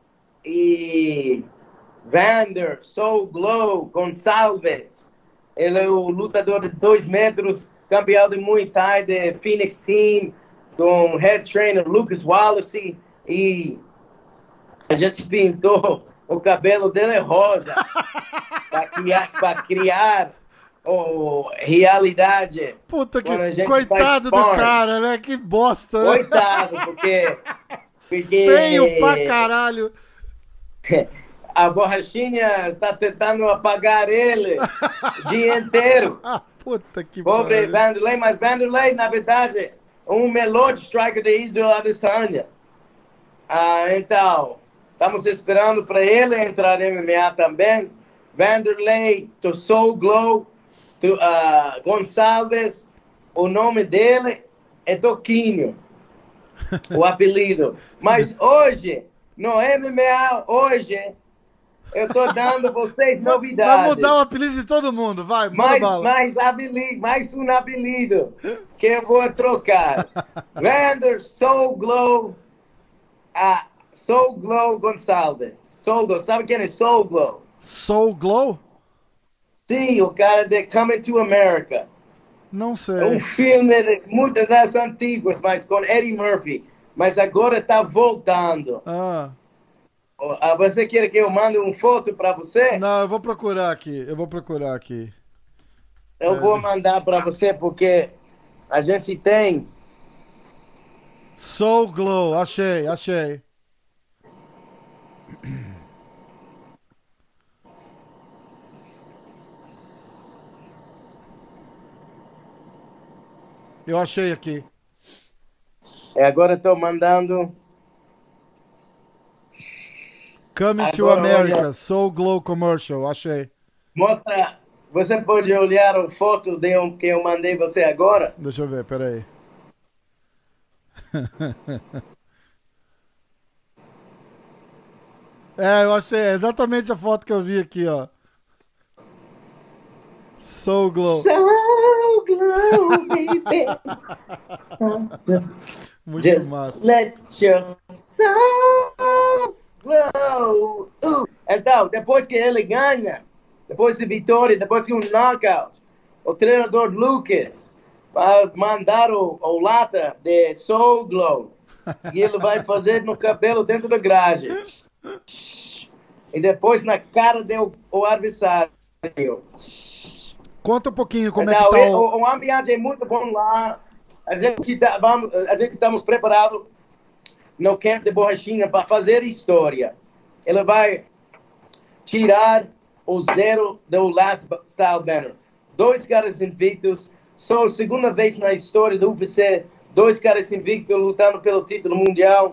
e Vander, Soul Glow, Gonçalves. Ele é o lutador de 2 metros, campeão de Muay Thai de Phoenix Team, com head trainer Lucas Wallace, e a gente pintou o cabelo dele rosa para criar realidade. Puta que coitado do cara, né? Que bosta, né? Coitado, porque feio pra caralho. A Borrachinha está tentando apagar ele o dia inteiro. Puta que pobre Vanderlei, mas Vanderlei, na verdade, um melhor striker de Israel Adesanya. Então, estamos esperando para ele entrar em MMA também. Vanderlei, to Soul Glow, Gonçalves, o nome dele é Toquinho, o apelido. Mas hoje, no MMA, eu tô dando a vocês novidades. Vai mudar o apelido de todo mundo, vai, mais um apelido que eu vou trocar. Vander Soul Glow, Soul Glow Gonçalves. Soul Glow, sabe quem é Soul Glow? Soul Glow? Sim, o cara de Coming to America. Não sei. É um filme muito das antigas, mas com Eddie Murphy. Mas agora tá voltando. Você quer que eu mande uma foto para você? Não, eu vou procurar aqui. Eu vou mandar para você porque a gente tem... Soul Glow, achei. Eu achei aqui. Agora estou mandando Coming to Agora, America, olha, Soul Glow Commercial, achei. mostra. Você pode olhar a foto que eu mandei você agora? Deixa eu ver, peraí. Eu achei exatamente a foto que eu vi aqui, ó. Soul Glow. So glow, baby. Muito Just massa. let your soul glow. Então, depois que ele ganha, depois de vitória, depois de um knockout, o treinador Lucas vai mandar o lata de Soul Glow. E ele vai fazer no cabelo dentro da garagem. E depois na cara do adversário. Conta um pouquinho como é Então, que tá o ambiente é muito bom lá. A gente estamos preparados no camp de Borrachinha para fazer história. Ele vai tirar o zero do Last Style Banner. 2 caras invictos. Só a segunda vez na história do UFC, 2 caras invictos lutando pelo título mundial.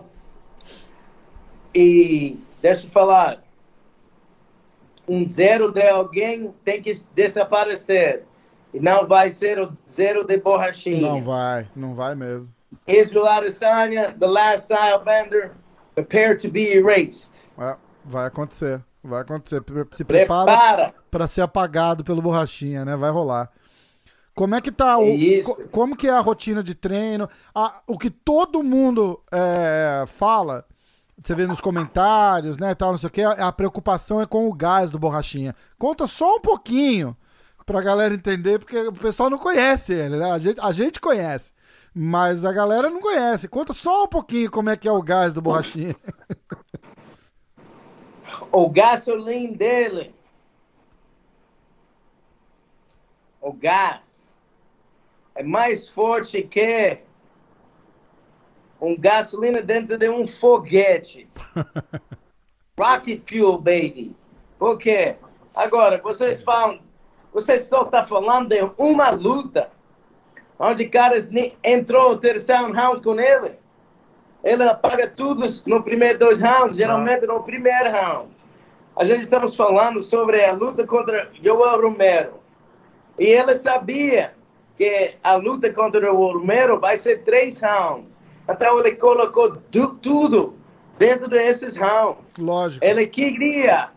E deixa eu falar. Um zero de alguém tem que desaparecer. E não vai ser o zero de Borrachinha. Não vai mesmo. Israel Adesanya, the last style bender, prepare to be erased. Vai acontecer. Se prepara para ser apagado pelo Borrachinha, né? Vai rolar. Como é que tá como que é a rotina de treino? O que todo mundo fala, você vê nos comentários, né, tal, não sei o que, a preocupação é com o gás do Borrachinha. Conta só um pouquinho pra galera entender, porque o pessoal não conhece ele, né? A gente conhece, mas a galera não conhece. Conta só um pouquinho como é que é o gás do Borrachinha. O gasolina dele, o gás, é mais forte que gasolina dentro de um foguete. Rocket fuel, baby. Por quê? Agora, vocês só estão falando de uma luta onde caras entrou o terceiro round com ele. Ele apaga tudo no primeiro 2 rounds, geralmente no primeiro round. A gente estamos falando sobre a luta contra Yoel Romero. E ele sabia que a luta contra o Romero vai ser 3 rounds. Então ele colocou tudo dentro desses rounds. Lógico. Ele queria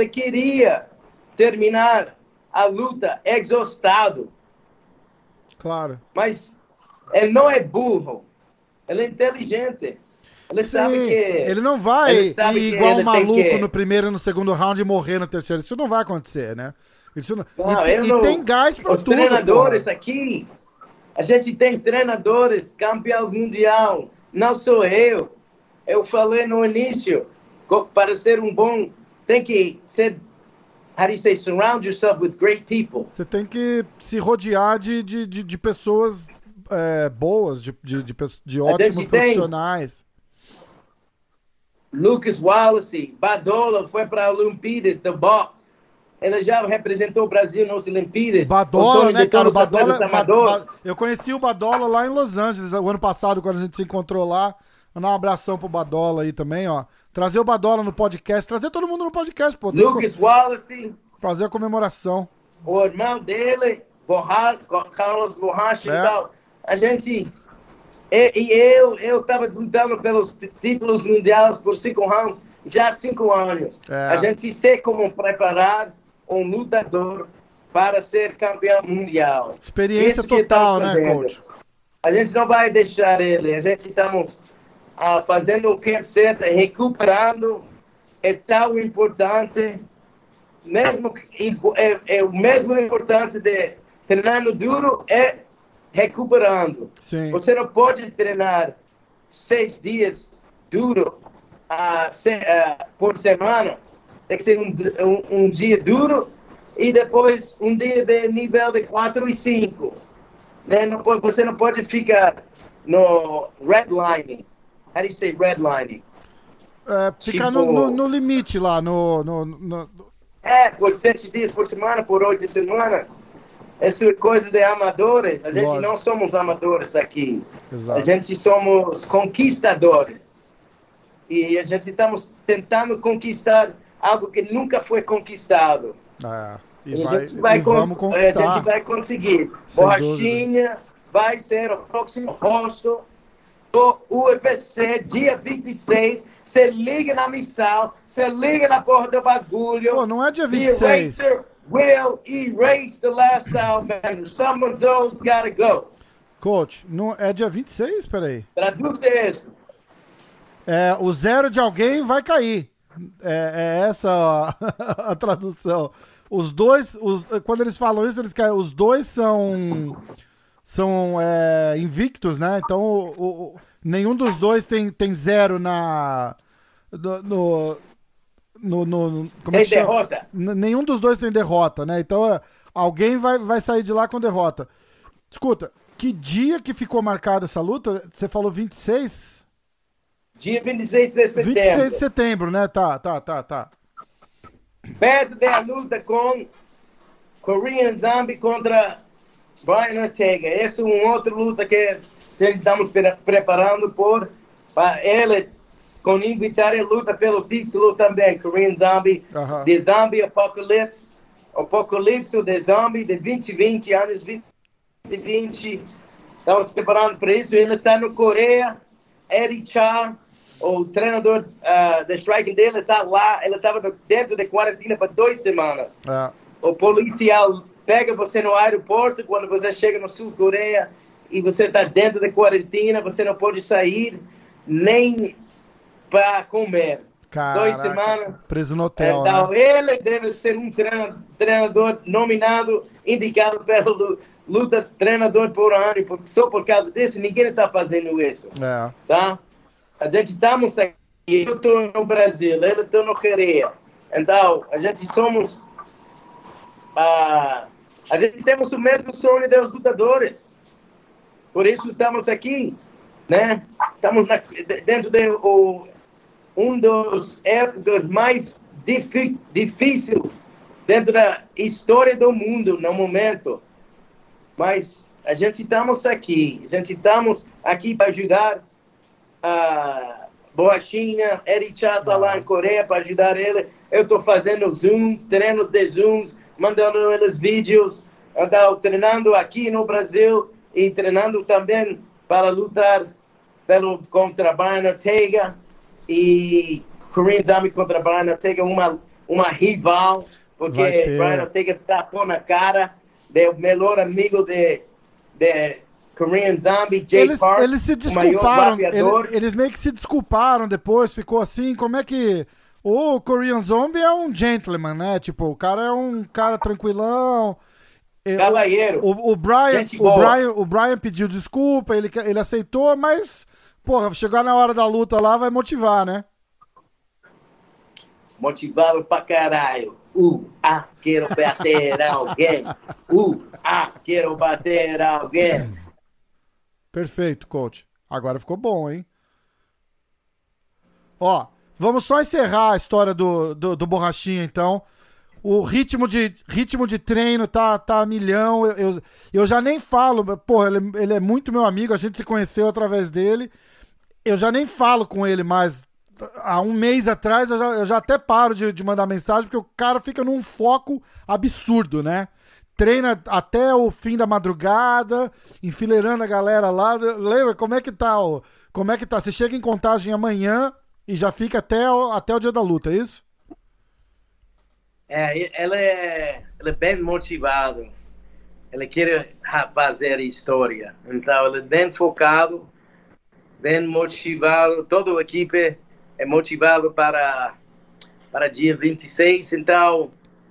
terminar a luta exaustado. Claro. Mas ele não é burro. Ele é inteligente. Ele sabe que... Ele não vai ir igual um maluco no primeiro e no segundo round e morrer no terceiro. Isso não vai acontecer, né? Isso não... E tem gás pra os tudo, treinadores porra. Aqui, a gente tem treinadores campeão mundial. Não sou eu. Eu falei no início, para ser um bom... Tem que ser... How do you say? Surround yourself with great people. Você tem que se rodear de pessoas boas, de ótimos profissionais. Lucas Wallace, Badola foi para a Olimpíadas do boxe. Ele já representou o Brasil nas Olimpíadas. Badola, né, cara? Eu conheci o Badola lá em Los Angeles, o ano passado, quando a gente se encontrou lá. Mandar um abração pro Badola aí também, ó. Trazer o Badola no podcast, trazer todo mundo no podcast, pô. Lucas Wallace. Fazer a comemoração. O irmão dele, Carlos Borracha e tal. A gente... Eu estava lutando pelos títulos mundiais por 5 rounds, já há 5 anos. A gente sei como preparar um lutador para ser campeão mundial. Experiência total, né, coach? A gente não vai deixar ele. A gente estamos fazendo o camp certo, recuperando. É tão importante. O mesmo importância de treinando duro é recuperando. Sim. Você não pode treinar 6 dias duro por semana. Tem que ser um dia duro e depois um dia de nível de 4 e 5. Né? Você não pode ficar no redlining. How do you say redlining? Ficar no limite lá, por 7 dias por semana, por 8 semanas. Isso é coisa de amadores. A gente não somos amadores aqui. Exato. A gente somos conquistadores. E a gente estamos tentando conquistar algo que nunca foi conquistado. Vamos conquistar. A gente vai conseguir. Sem Borrachinha dúvida. vai ser o próximo rosto do UFC, dia 26. Você liga na missão, você liga na porra do bagulho. Pô, não é dia 26. The eraser will erase the last Stylebender. Someone's always gotta go. Coach, não é dia 26? Peraí. Traduz isso. O zero de alguém vai cair. É essa a tradução. Os dois, quando eles falam isso, eles caem. Os dois são invictos, né? Então, nenhum dos dois tem zero como é que chama? Derrota. Nenhum dos dois tem derrota, né? Então, alguém vai sair de lá com derrota. Escuta, que dia que ficou marcada essa luta? Você falou 26? Dia 26 de setembro. 26 de setembro, né? Tá. Perto da luta com Korean Zombie contra Brian Ortega. Essa é uma outra luta que estamos preparando para ele invitar a luta pelo título também. Korean Zombie, The Zombie Apocalypse, Apocalipse The Zombie de 2020, anos 2020. Estamos preparando para isso. Ele está no Coreia. Eddie Cha, o treinador da striking dele, está lá. Ele estava dentro da quarentena por 2 semanas. O policial pega você no aeroporto quando você chega no Sul Coreia e você está dentro da quarentena, você não pode sair nem para comer. Caraca, 2 semanas. Preso no hotel, então, né? ele deve ser um treinador nominado, indicado pelo luta treinador por ano, porque só por causa disso ninguém está fazendo isso. Tá? A gente estamos aqui, eu estou no Brasil, ele está no Coreia. Então, a gente somos... a gente temos o mesmo sonho dos lutadores. Por isso estamos aqui, né? Estamos dentro de um dos épocas mais difíceis dentro da história do mundo no momento. Mas a gente estamos aqui para ajudar a Borrachinha, Eddie Cha está lá em Coreia para ajudar ele. Eu estou fazendo Zooms, treinos de Zooms, mandando eles vídeos, treinando aqui no Brasil e treinando também para lutar contra Brian Ortega e Korean Zombie contra Brian Ortega, uma rival, porque Brian Ortega está na cara do melhor amigo de Korean Zombie, Jay Park, eles se desculparam, eles meio que se desculparam depois, ficou assim, como é que... O Korean Zombie é um gentleman, né? Tipo, o cara é um cara tranquilão. Cavalheiro. O Brian pediu desculpa, ele aceitou, mas, porra, chegar na hora da luta lá vai motivar, né? Motivado pra caralho. Quero bater alguém. Quero bater alguém. Perfeito, coach. Agora ficou bom, hein? Ó, vamos só encerrar a história do Borrachinha, então. O ritmo de treino tá a milhão. Eu já nem falo, porra, ele é muito meu amigo, a gente se conheceu através dele. Eu já nem falo com ele mais. Há um mês atrás eu já até paro de mandar mensagem, porque o cara fica num foco absurdo, né? Treina até o fim da madrugada, enfileirando a galera lá. Lembra como é que tá? Como é que tá? Você chega em Contagem amanhã e já fica até o dia da luta, é isso? Ele é bem motivado. Ele quer fazer história. Então, ele é bem focado, bem motivado. Toda a equipe é motivado para dia 26. Então,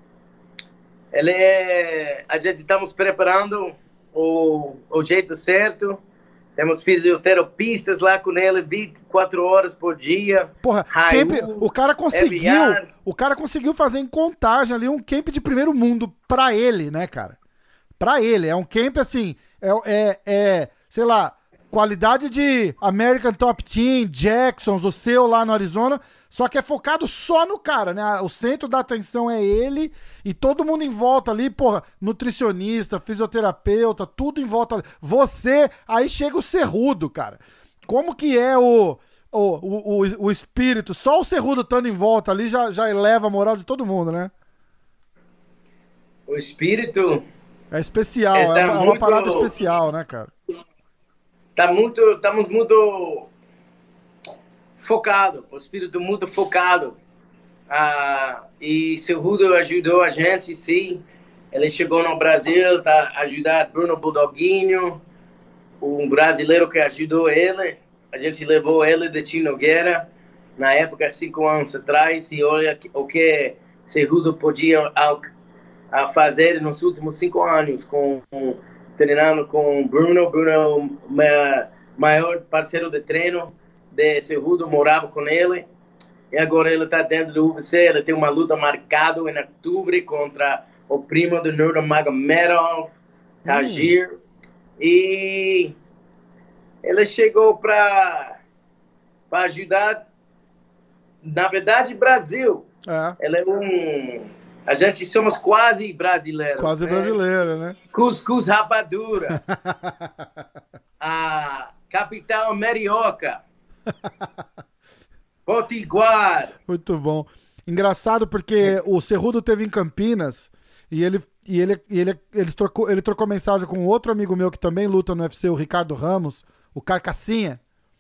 a gente estamos preparando o jeito certo. Temos fisioterapistas lá com ele 24 horas por dia. Porra, o cara conseguiu fazer em Contagem ali um camp de primeiro mundo pra ele, né, cara? Pra ele. É um camp, assim, sei lá, qualidade de American Top Team, Jacksons, o seu lá no Arizona, só que é focado só no cara, né? O centro da atenção é ele e todo mundo em volta ali, porra, nutricionista, fisioterapeuta, tudo em volta. Você, aí chega o Cerrudo, cara. Como que é o espírito, só o Cerrudo estando em volta ali já eleva a moral de todo mundo, né? O espírito... É especial, é uma parada especial, né, cara? Estamos muito focados, o espírito muito focado. E Cerrudo ajudou a gente, sim. Ele chegou no Brasil, tá ajudando Bruno Bulldoguinho, um brasileiro que ajudou ele. A gente levou ele de Tim Nogueira, na época, 5 anos atrás, e olha o que Cerrudo podia fazer nos últimos 5 anos, treinando com Bruno, maior parceiro de treino de Cerrudo, morava com ele. E agora ele está dentro do UFC, ele tem uma luta marcada em outubro contra o primo do Nurmagomedov, Tagir. E ele chegou para ajudar, na verdade, Brasil. Ele é a gente somos quase brasileiros. Quase brasileiro, né? Cuscuz rapadura. A capital Merioca. Potiguar. Muito bom. Engraçado porque o Cerrudo teve em Campinas e ele trocou mensagem com outro amigo meu que também luta no UFC, o Ricardo Ramos, o Carcassinha.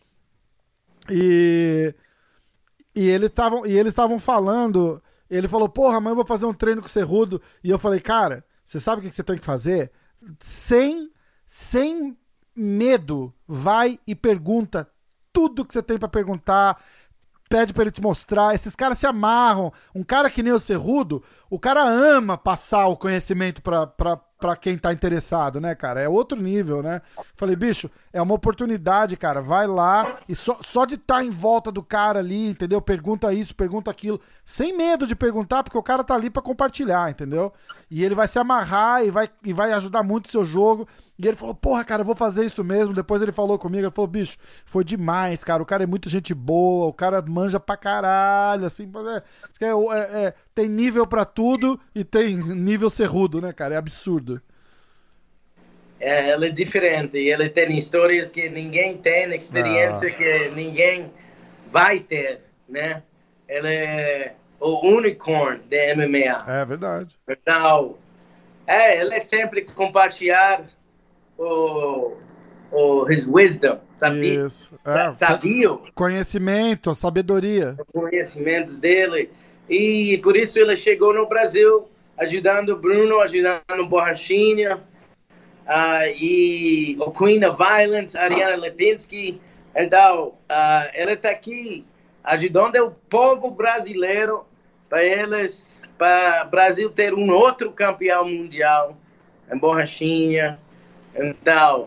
E eles estavam falando, ele falou, porra, amanhã eu vou fazer um treino com o Cerrudo. E eu falei, cara, você sabe o que você tem que fazer? Sem medo, vai e pergunta tudo que você tem pra perguntar. Pede pra ele te mostrar, esses caras se amarram. Um cara que nem o Cerrudo, o cara ama passar o conhecimento pra quem tá interessado, né, cara? É outro nível, né? Falei, bicho, é uma oportunidade, cara, vai lá e só de estar em volta do cara ali, entendeu? Pergunta isso, pergunta aquilo, sem medo de perguntar, porque o cara tá ali pra compartilhar, entendeu? E ele vai se amarrar e vai ajudar muito o seu jogo. E ele falou, porra, cara, eu vou fazer isso mesmo. Depois ele falou comigo, ele falou, bicho, foi demais, cara. O cara é muito gente boa, o cara manja pra caralho, assim. Tem nível pra tudo e tem nível Cerrudo, né, cara? É absurdo. Ele é diferente. Ele tem histórias que ninguém tem, experiência que ninguém vai ter, né? Ele é o unicórnio de MMA. É verdade. Então, ele sempre compartilhar his wisdom, sabia? Isso. Sabia? Conhecimento, sabedoria. Os conhecimentos dele. E por isso ele chegou no Brasil, ajudando o Bruno, ajudando o Borrachinha, e o Queen of Violence, Ariana Lipinski. Então, ele está aqui ajudando o povo brasileiro para o Brasil ter um outro campeão mundial em Borrachinha. Então,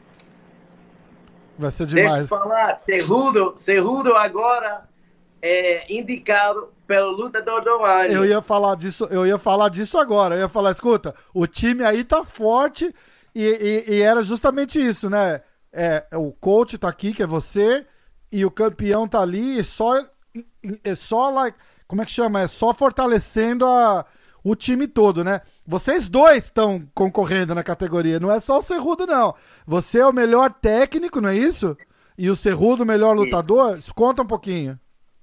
vai ser demais. Deixa eu falar, Cerrudo agora é indicado pelo lutador do ano. Eu ia falar disso agora. Eu ia falar, escuta, o time aí tá forte e era justamente isso, né? O coach tá aqui, que é você, e o campeão tá ali, e só como é que chama? É só fortalecendo o time todo, né? Vocês dois estão concorrendo na categoria, não é só o Cerrudo, não. Você é o melhor técnico, não é isso? E o Cerrudo o melhor lutador? Conta um pouquinho.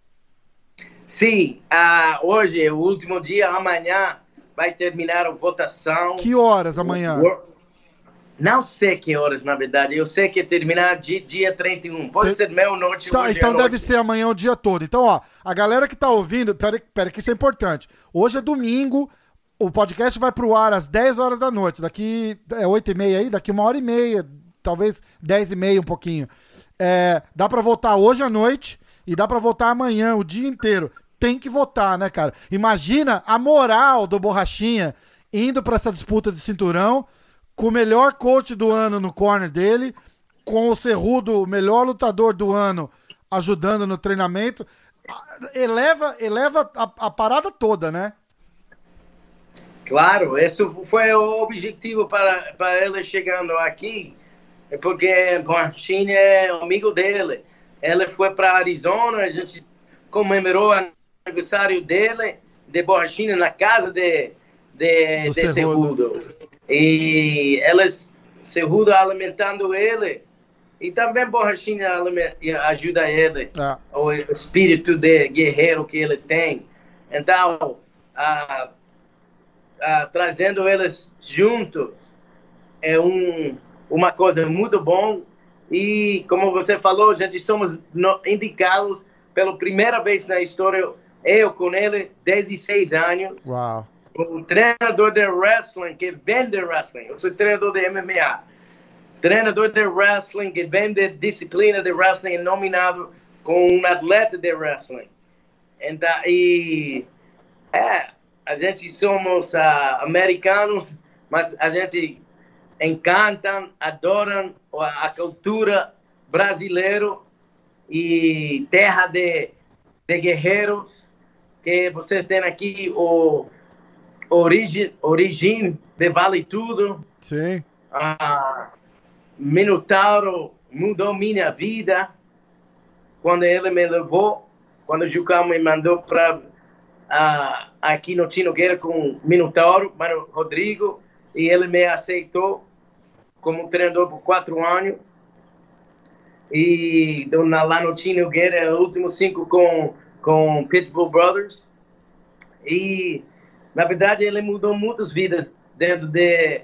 Sim, hoje é o último dia, amanhã vai terminar a votação. Que horas amanhã? Não sei que horas, na verdade. Eu sei que terminar dia 31. Pode ser meia-noite. Tá, então deve ser amanhã o dia todo. Então, ó, a galera que tá ouvindo, pera que isso é importante. Hoje é domingo, o podcast vai pro ar às 10 horas da noite. Daqui, 8h30 aí, daqui 1h30, talvez 10h30, um pouquinho. Dá pra votar hoje à noite e dá pra votar amanhã, o dia inteiro. Tem que votar, né, cara? Imagina a moral do Borrachinha indo pra essa disputa de cinturão, com o melhor coach do ano no corner dele, com o Cerrudo, o melhor lutador do ano, ajudando no treinamento. Eleva a parada toda, né? Claro, esse foi o objetivo para ele chegando aqui, porque Borrachinha é amigo dele. Ele foi para Arizona, a gente comemorou o aniversário dele, de Borrachinha, na casa de Cerrudo. E Cerrudo alimentando ele E também Borrachinha ajuda ele, o espírito de guerreiro que ele tem. Então, trazendo eles juntos é uma coisa muito bom. E, como você falou, gente, somos indicados pela primeira vez na história, eu com ele, 16 anos. Uau. O treinador de wrestling que vende wrestling. Eu sou treinador de MMA. Treinador de wrestling que vende disciplina de wrestling nominado com um atleta de wrestling. Então, a gente somos americanos, mas a gente encantam, adoram a cultura brasileira e terra de guerreiros, que vocês têm aqui origem de Vale Tudo. Sim. Minotauro mudou minha vida quando ele me levou, quando o Jucão me mandou para aqui no Tino Guerra com Minotauro, Mano Rodrigo, e ele me aceitou como treinador por 4 anos. E lá no Tino Guerra, os últimos 5 com Pitbull Brothers. E, na verdade, ele mudou muitas vidas dentro de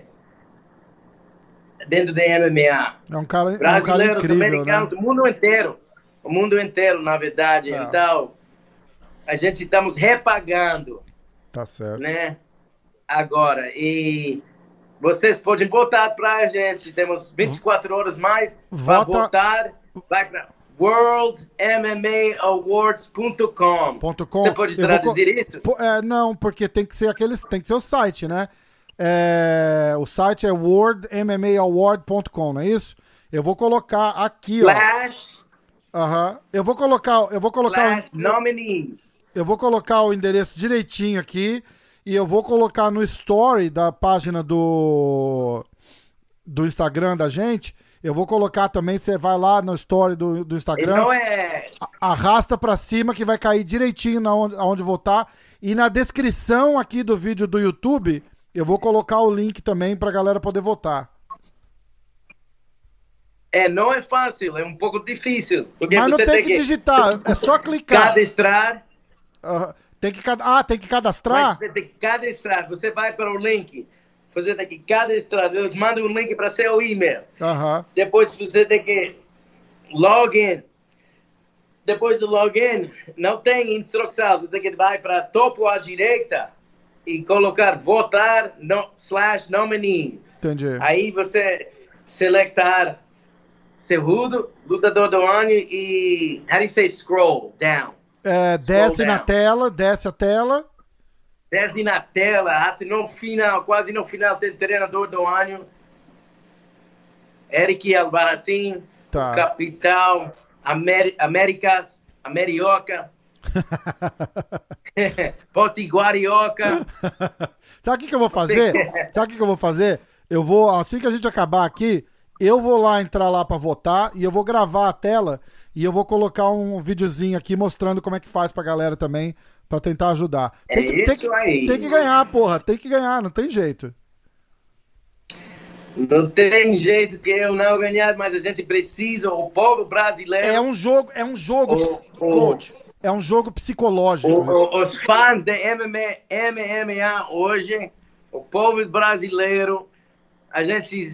MMA. É um cara, brasileiros, incrível, americanos, né? o mundo inteiro, na verdade. Então, a gente estamos repagando. Tá certo. Né? Agora, e vocês podem votar para a gente. Temos 24 horas mais para votar. Vai para worldmmaawards.com. Você pode traduzir isso? Não, porque tem que ser o site, né? O site é worldmmaawards.com, não é isso? Eu vou colocar aqui, Eu vou colocar nominees. Eu vou colocar o endereço direitinho aqui e eu vou colocar no story da página do Instagram da gente. Eu vou colocar também, você vai lá no story do Instagram, então arrasta pra cima que vai cair direitinho aonde votar. E na descrição aqui do vídeo do YouTube, eu vou colocar o link também pra galera poder votar. Não é fácil, é um pouco difícil. Porque mas não você tem que digitar, é só clicar. Cadastrar. Tem que cadastrar? Mas você tem que cadastrar. Você vai para o link. Você tem que cadastrar. Eles mandam um link para seu e-mail. Depois você tem que login. Depois do login, não tem instrução. Você tem que ir para topo à direita e colocar votar /nominees. Entendi. Aí você selectar Cerrudo, lutador do ano e how do you say scroll down? Desce a tela. Desce na tela, até no final, quase no final, tem treinador do ano. Eric Albarracin, Capital, Américas, Amerioca, Potiguarioca. Sabe o que eu vou fazer? Eu vou, assim que a gente acabar aqui, eu vou entrar lá pra votar e eu vou gravar a tela e eu vou colocar um videozinho aqui mostrando como é que faz pra galera também, pra tentar ajudar. Tem que ganhar, porra. Tem que ganhar, não tem jeito. Não tem jeito que eu não ganhar, mas a gente precisa, o povo brasileiro... É um jogo, coach. É um jogo psicológico. Os fãs de MMA hoje, o povo brasileiro, a gente...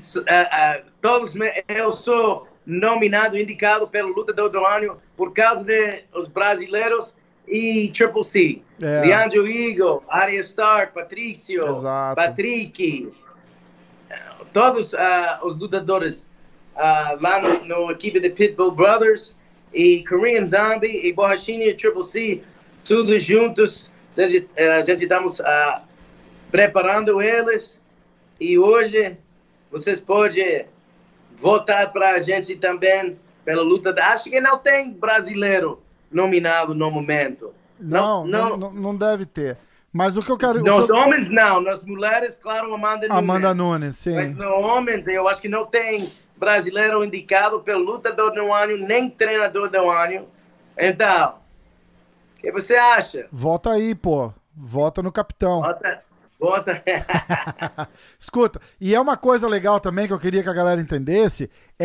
eu sou nominado, indicado pelo lutador do ano por causa dos brasileiros e Triple C. Leandro Eagle, Arya Stark, Patrício, Patrick, todos os lutadores lá no equipe de Pitbull Brothers e Korean Zombie e Borrachinha e Triple C, todos juntos. A gente estamos preparando eles e hoje vocês podem votar para a gente também pela luta. Acho que não tem brasileiro nominado no momento. Não deve ter. Mas o que eu quero... Nos homens, não. Nas mulheres, claro, Amanda Nunes, sim. Mas nos homens, eu acho que não tem brasileiro indicado pelo lutador do ano, nem treinador do ano. Então, o que você acha? Vota aí, pô. Vota no capitão. Vota. Escuta, e é uma coisa legal também que eu queria que a galera entendesse,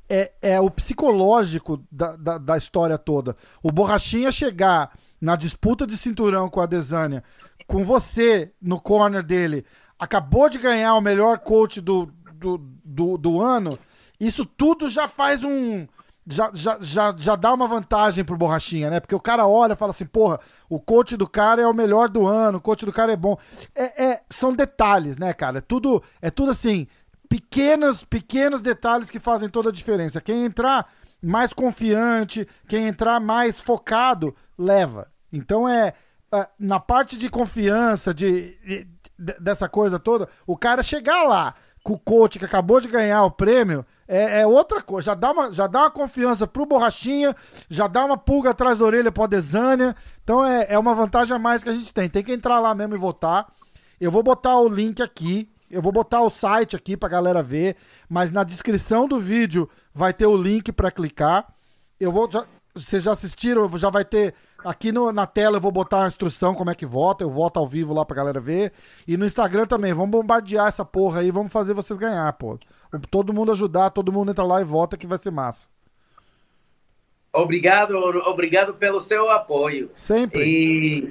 é o psicológico da história toda. O Borrachinha chegar na disputa de cinturão com a Adesanya, com você no corner dele, acabou de ganhar o melhor coach do ano, isso tudo já faz já dá uma vantagem pro Borrachinha, né? Porque o cara olha e fala assim, porra, o coach do cara é o melhor do ano, o coach do cara é bom. São detalhes, né, cara? É tudo assim, pequenos detalhes que fazem toda a diferença. Quem entrar mais confiante, quem entrar mais focado, leva. Então na parte de confiança, dessa coisa toda, o cara chegar lá com o coach que acabou de ganhar o prêmio, é outra coisa, já dá uma confiança pro Borrachinha, já dá uma pulga atrás da orelha pro Adesanya, então é uma vantagem a mais que a gente tem que entrar lá mesmo e votar. Eu vou botar o link aqui, eu vou botar o site aqui pra galera ver, mas na descrição do vídeo vai ter o link pra clicar. Vocês já assistiram, já vai ter aqui na tela, eu vou botar a instrução como é que vota, eu voto ao vivo lá pra galera ver, e no Instagram também, vamos bombardear essa porra aí, vamos fazer vocês ganhar, pô. Todo mundo ajudar, todo mundo entra lá e vota que vai ser massa. Obrigado pelo seu apoio. Sempre. E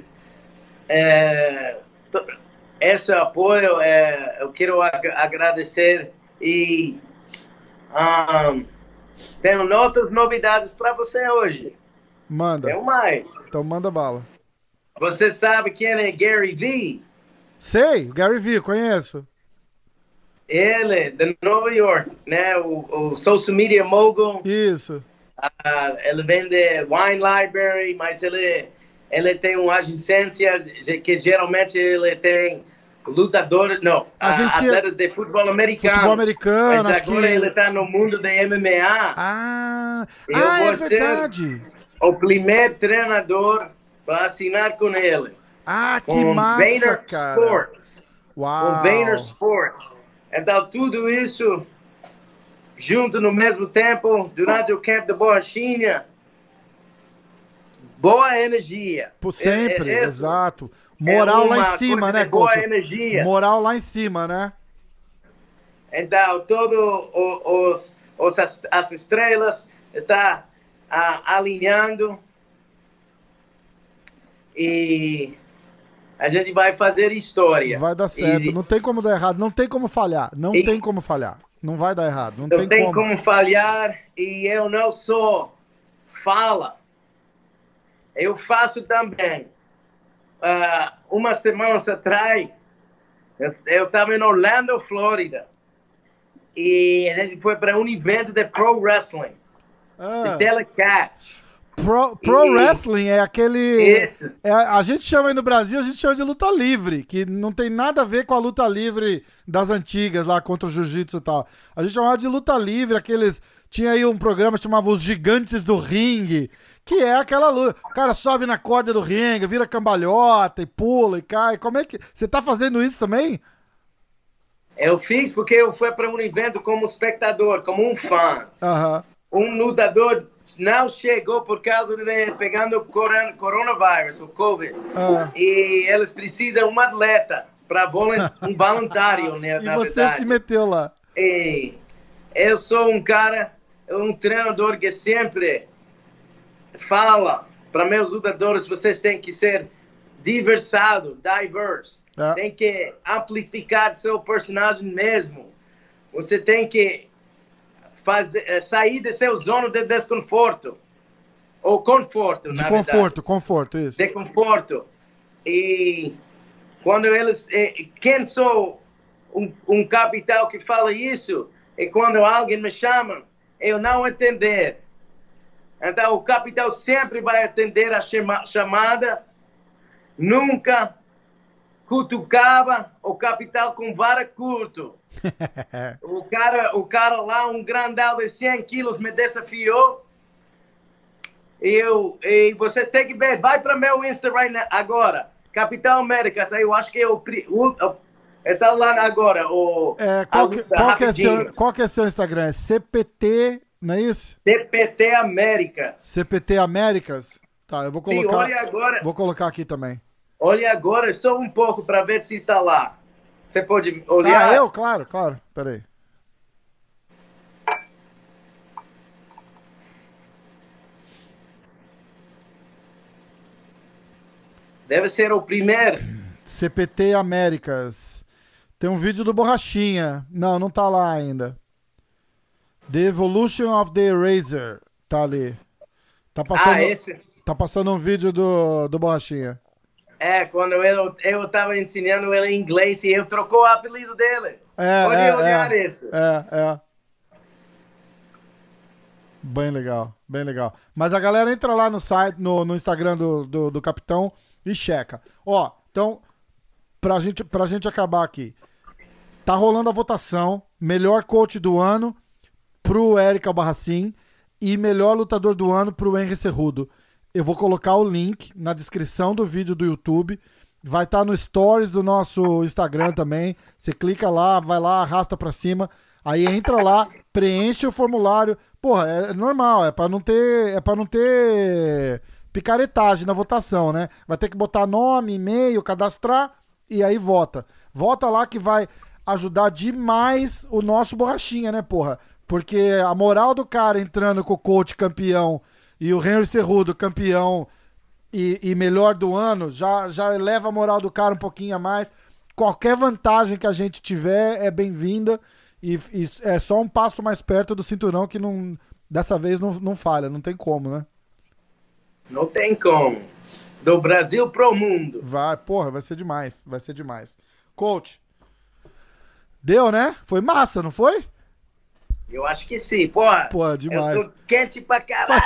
esse apoio eu quero agradecer e tenho outras novidades para você hoje. Manda. Tem mais. Então manda bala. Você sabe quem é Gary Vee? Sei, Gary Vee, conheço. Ele, de Nova York, né? O social media mogul. Isso. Ele vende Wine Library, mas ele tem uma agência que geralmente ele tem lutadores, atletas de futebol americano. Futebol americano, mas agora ele está no mundo de MMA. É verdade. O primeiro treinador para assinar com ele. Que massa, Vayner cara. Sports. Uau. Com Vayner Sports. Então, tudo isso junto no mesmo tempo, durante o camp da Borrachinha. Boa energia. Por sempre, exato. Moral lá em cima, né, boa coach? energia. Moral lá em cima, né? Então, todas as estrelas estão alinhando e a gente vai fazer história. Vai dar certo, não tem como dar errado, não tem como falhar, tem como falhar. Não vai dar errado, não tem como falhar e eu não só falo, eu faço também. Umas semanas atrás, eu estava em Orlando, Flórida, e a gente foi para um evento de Pro Wrestling, de telecatch. Pro Wrestling é aquele... a gente chama aí no Brasil, a gente chama de luta livre, que não tem nada a ver com a luta livre das antigas, lá contra o jiu-jitsu e tal. A gente chamava de luta livre, aqueles... Tinha aí um programa que chamava Os Gigantes do Ringue, que é aquela luta. O cara sobe na corda do ringue, vira cambalhota e pula e cai. Como é que... Você tá fazendo isso também? Eu fiz porque eu fui para um evento como espectador, como um fã. Um lutador não chegou por causa de pegando coronavírus, o Covid. E eles precisam de um atleta para um voluntário, né? E você se meteu lá. E eu sou um cara, um treinador que sempre fala para meus lutadores, vocês têm que ser diverse. Tem que amplificar seu personagem mesmo. Você tem que sair de seu zona de desconforto. Ou conforto, na verdade. Conforto, isso. De conforto. E quando eles... Quem sou um capital que fala isso? E quando alguém me chama, eu não entender. Então, o capital sempre vai atender a chamada. Nunca cutucava o capital com vara curto. o cara lá, um grandão de 100 quilos, me desafiou. E você tem que ver, vai para meu Instagram agora, Capital Américas, eu acho que está lá agora. Qual que é seu Instagram? É CPT, não é isso? CPT Américas. CPT Américas? Tá, eu vou colocar. Sim, olha agora. Vou colocar aqui também. Olha agora só um pouco para ver se está lá. Você pode olhar? Eu? Claro. Peraí. Deve ser o primeiro. CPT Américas. Tem um vídeo do Borrachinha. Não tá lá ainda. The Evolution of the Eraser. Tá ali. Tá passando, esse. Tá passando um vídeo do Borrachinha. Quando eu tava ensinando ele inglês e eu trocou o apelido dele. Pode olhar isso. Bem legal, bem legal. Mas a galera entra lá no site, no Instagram do Capitão e checa. Ó, então, pra gente acabar aqui. Tá rolando a votação. Melhor coach do ano pro Eric Albarracin e melhor lutador do ano pro Henry Cejudo. Eu vou colocar o link na descrição do vídeo do YouTube. Vai estar no stories do nosso Instagram também. Você clica lá, vai lá, arrasta pra cima. Aí entra lá, preenche o formulário. Porra, é normal, é pra não ter picaretagem na votação, né? Vai ter que botar nome, e-mail, cadastrar e aí vota. Vota lá que vai ajudar demais o nosso Borrachinha, né, porra? Porque a moral do cara entrando com o coach campeão e o Henry Cejudo campeão e melhor do ano já eleva a moral do cara um pouquinho a mais. Qualquer vantagem que a gente tiver é bem-vinda. E é só um passo mais perto do cinturão que dessa vez não falha, não tem como, né? Não tem como. Do Brasil pro mundo. Vai ser demais, Coach, deu, né? Foi massa, não foi? Eu acho que sim, porra. Porra, demais. Eu tô quente pra caralho.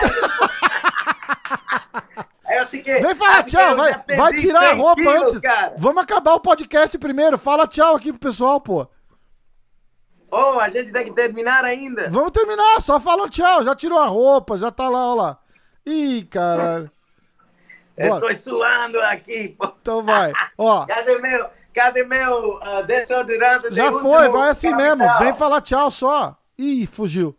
Vem falar tchau, vai tirar a roupa antes. Cara. Vamos acabar o podcast primeiro, fala tchau aqui pro pessoal, pô. A gente tem que terminar ainda. Vamos terminar, só falou tchau. Já tirou a roupa, já tá lá, ó lá. Ih, caralho. Eu tô suando aqui, pô. Então vai, ó. Cadê meu desodorante? Já foi, vai assim capital. Mesmo. Vem falar tchau só. Ih, fugiu.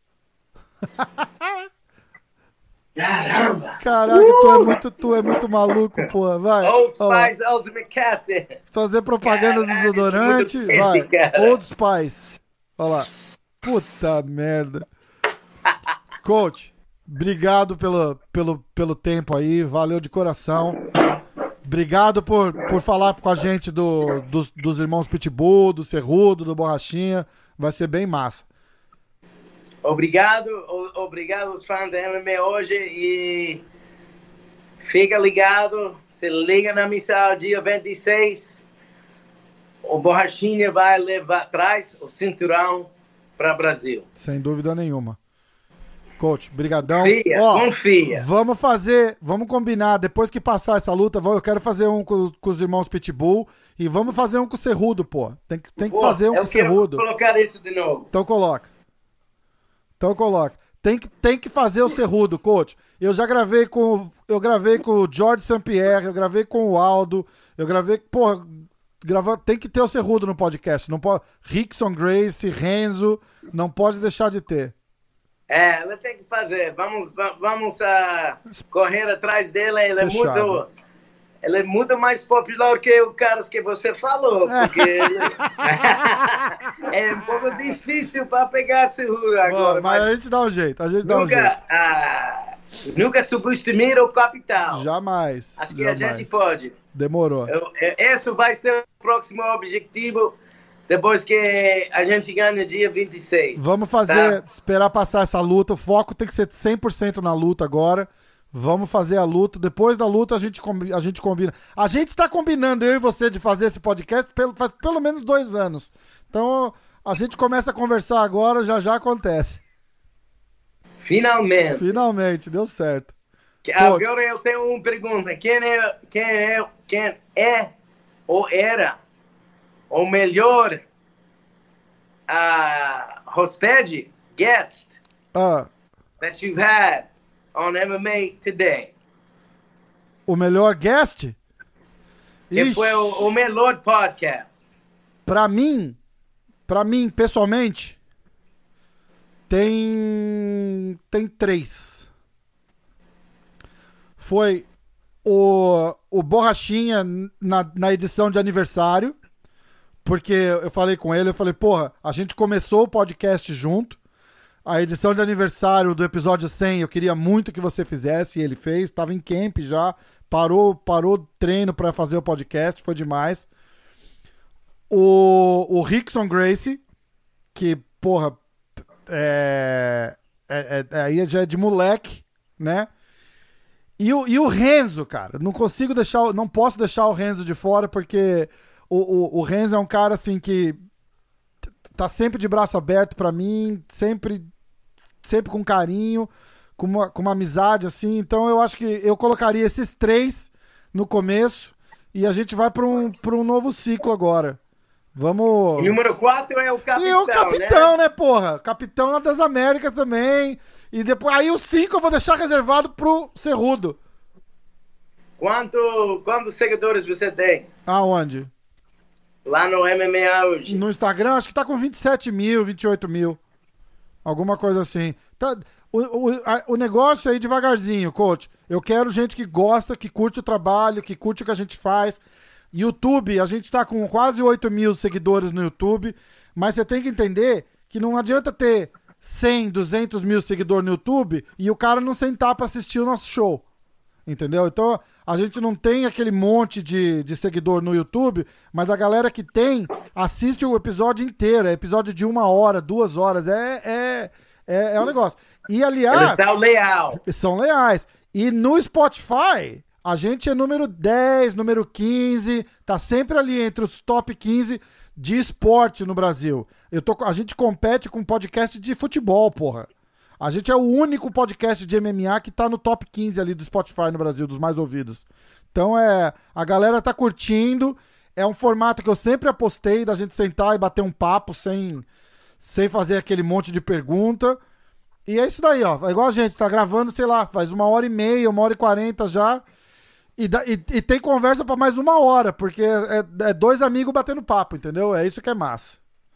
Caramba. Caraca, tu é muito maluco, porra. Vai. Old Spice Ultimate Captain. Fazer propaganda do desodorante. Vai. Cara. Old Spice. Olha lá. Puta merda. Coach, obrigado pelo tempo aí. Valeu de coração. Obrigado por falar com a gente dos irmãos Pitbull, do Cejudo, do Borrachinha. Vai ser bem massa. Obrigado aos fãs da MMA hoje e fica ligado, se liga na missão dia 26. O Borrachinha vai traz o cinturão para o Brasil. Sem dúvida nenhuma. Coach, brigadão. Confia. Vamos combinar, depois que passar essa luta, eu quero fazer um com os irmãos Pitbull e vamos fazer um com o Cejudo, pô. Tem que fazer um com o Cejudo. Eu quero colocar isso de novo. Então coloca. Tem que fazer o Cejudo, coach. Eu gravei com o George St. Pierre, eu gravei com o Aldo, tem que ter o Cejudo no podcast. Não pode. Rickson Gracie, Renzo, não pode deixar de ter. Ele tem que fazer. Vamos correr atrás dele. Ele é muito mais popular que os caras que você falou, porque é um pouco difícil para pegar Cejudo agora. Mas a gente dá um jeito, nunca subestimar o capital. Jamais. Acho que a gente pode. Demorou. Esse vai ser o próximo objetivo depois que a gente ganha dia 26. Vamos fazer, esperar passar essa luta. O foco tem que ser 100% na luta agora. Vamos fazer a luta. Depois da luta a gente combina. A gente tá combinando, eu e você, de fazer esse podcast faz pelo menos 2 anos. Então a gente começa a conversar agora, já acontece. Finalmente, deu certo. Agora eu tenho uma pergunta. Quem é ou era o melhor guest that you've had on MMA today? O melhor guest? Que foi o melhor podcast? Pra mim, pessoalmente, tem 3. Foi o Borrachinha na edição de aniversário, porque eu falei com ele, porra, a gente começou o podcast junto, A edição de aniversário do episódio 100, eu queria muito que você fizesse, e ele fez. Tava em camp já, parou o treino pra fazer o podcast, foi demais. O Rickson Gracie, que, porra, aí já é de moleque, né? E o Renzo, cara, não posso deixar o Renzo de fora, porque o Renzo é um cara, assim, que tá sempre de braço aberto pra mim, sempre com carinho, com uma amizade, assim. Então eu acho que eu colocaria esses 3 no começo e a gente vai pra um novo ciclo agora. Vamos... O número 4 é o capitão, e o capitão, né, porra? Capitão das Américas também. E depois, aí o 5 eu vou deixar reservado pro Cerrudo. Quantos seguidores você tem? Aonde? Lá no MMA hoje. No Instagram, acho que tá com 27 mil, 28 mil. Alguma coisa assim. Tá, o negócio aí devagarzinho, coach. Eu quero gente que gosta, que curte o trabalho, que curte o que a gente faz. YouTube, a gente tá com quase 8 mil seguidores no YouTube, mas você tem que entender que não adianta ter 100, 200 mil seguidores no YouTube e o cara não sentar pra assistir o nosso show. Entendeu? Então, a gente não tem aquele monte de seguidor no YouTube, mas a galera que tem, assiste o episódio inteiro. É episódio de 1 hora, 2 horas. É um negócio. E, aliás... Eles são leais. E no Spotify, a gente é número 10, número 15, tá sempre ali entre os top 15 de esporte no Brasil. A gente compete com podcast de futebol, porra. A gente é o único podcast de MMA que tá no top 15 ali do Spotify no Brasil, dos mais ouvidos. Então a galera tá curtindo. É um formato que eu sempre apostei, da gente sentar e bater um papo sem fazer aquele monte de pergunta. E é isso daí, ó. É igual a gente, tá gravando, sei lá, faz 1h30, 1h40 já. E tem conversa pra mais 1 hora, porque é 2 amigos batendo papo, entendeu? É isso que é massa.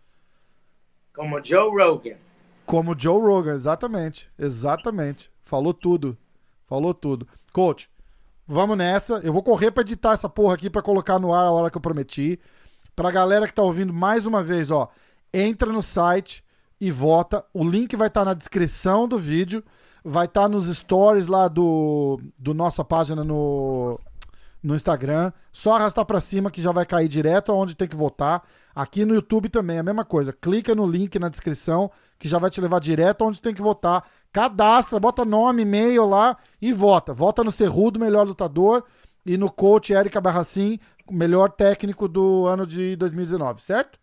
Como Joe Rogan. Como Joe Rogan, exatamente. Falou tudo. Coach, vamos nessa. Eu vou correr pra editar essa porra aqui pra colocar no ar a hora que eu prometi. Pra galera que tá ouvindo mais uma vez, ó, entra no site e vota. O link vai estar na descrição do vídeo. Vai estar nos stories lá do nossa página no Instagram. Só arrastar pra cima que já vai cair direto aonde tem que votar. Aqui no YouTube também, a mesma coisa. Clica no link na descrição que já vai te levar direto aonde tem que votar. Cadastra, bota nome, e-mail lá e vota. Vota no Cerrudo, melhor lutador, e no coach Érica Barracin, melhor técnico do ano de 2019, certo?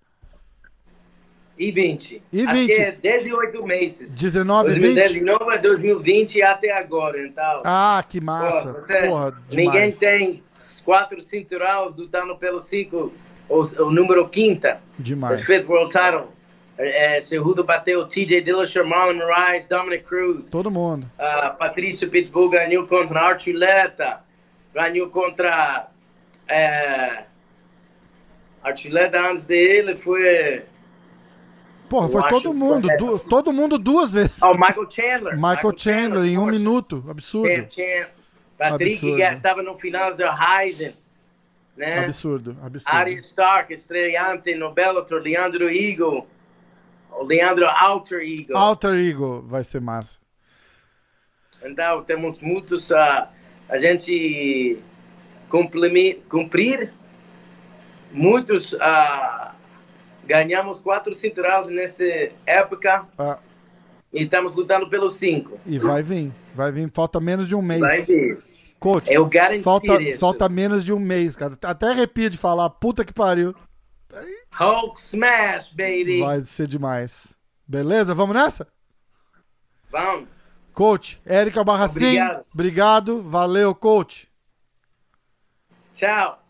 E 20. E 20. Acho que é 18 meses. 19 e 20? 2019 a 2020 até agora, então. Ah, que massa. Porra, ninguém tem 4 cinturões lutando pelo 5, o número 5. Demais. The 5th World Title. Cerrudo bateu TJ Dillashaw, Marlon Moraes, Dominic Cruz. Todo mundo. Patrício Pitbull ganhou contra Archuleta. Ganhou contra... Archuleta antes dele foi... Porra, foi todo mundo 2 vezes. Michael Chandler. Michael Chandler em 1 minuto. Absurdo. Patrick estava no final do Heisen. Né? Absurdo. Arya Stark, estreante no Bellator. Leandro Eagle. O Leandro Alter Eagle. Alter Eagle vai ser massa. Então, temos muitos... a gente cumprir muitos... ganhamos 4 cinturões nessa época e estamos lutando pelos 5. E vai vir. Falta menos de um mês. Vai vir. Coach, eu garanto isso. Falta menos de um mês, cara. Até arrepio de falar, puta que pariu. Hulk Smash, baby. Vai ser demais. Beleza? Vamos nessa? Vamos. Coach, Érica Barracin. Obrigado. Valeu, coach. Tchau.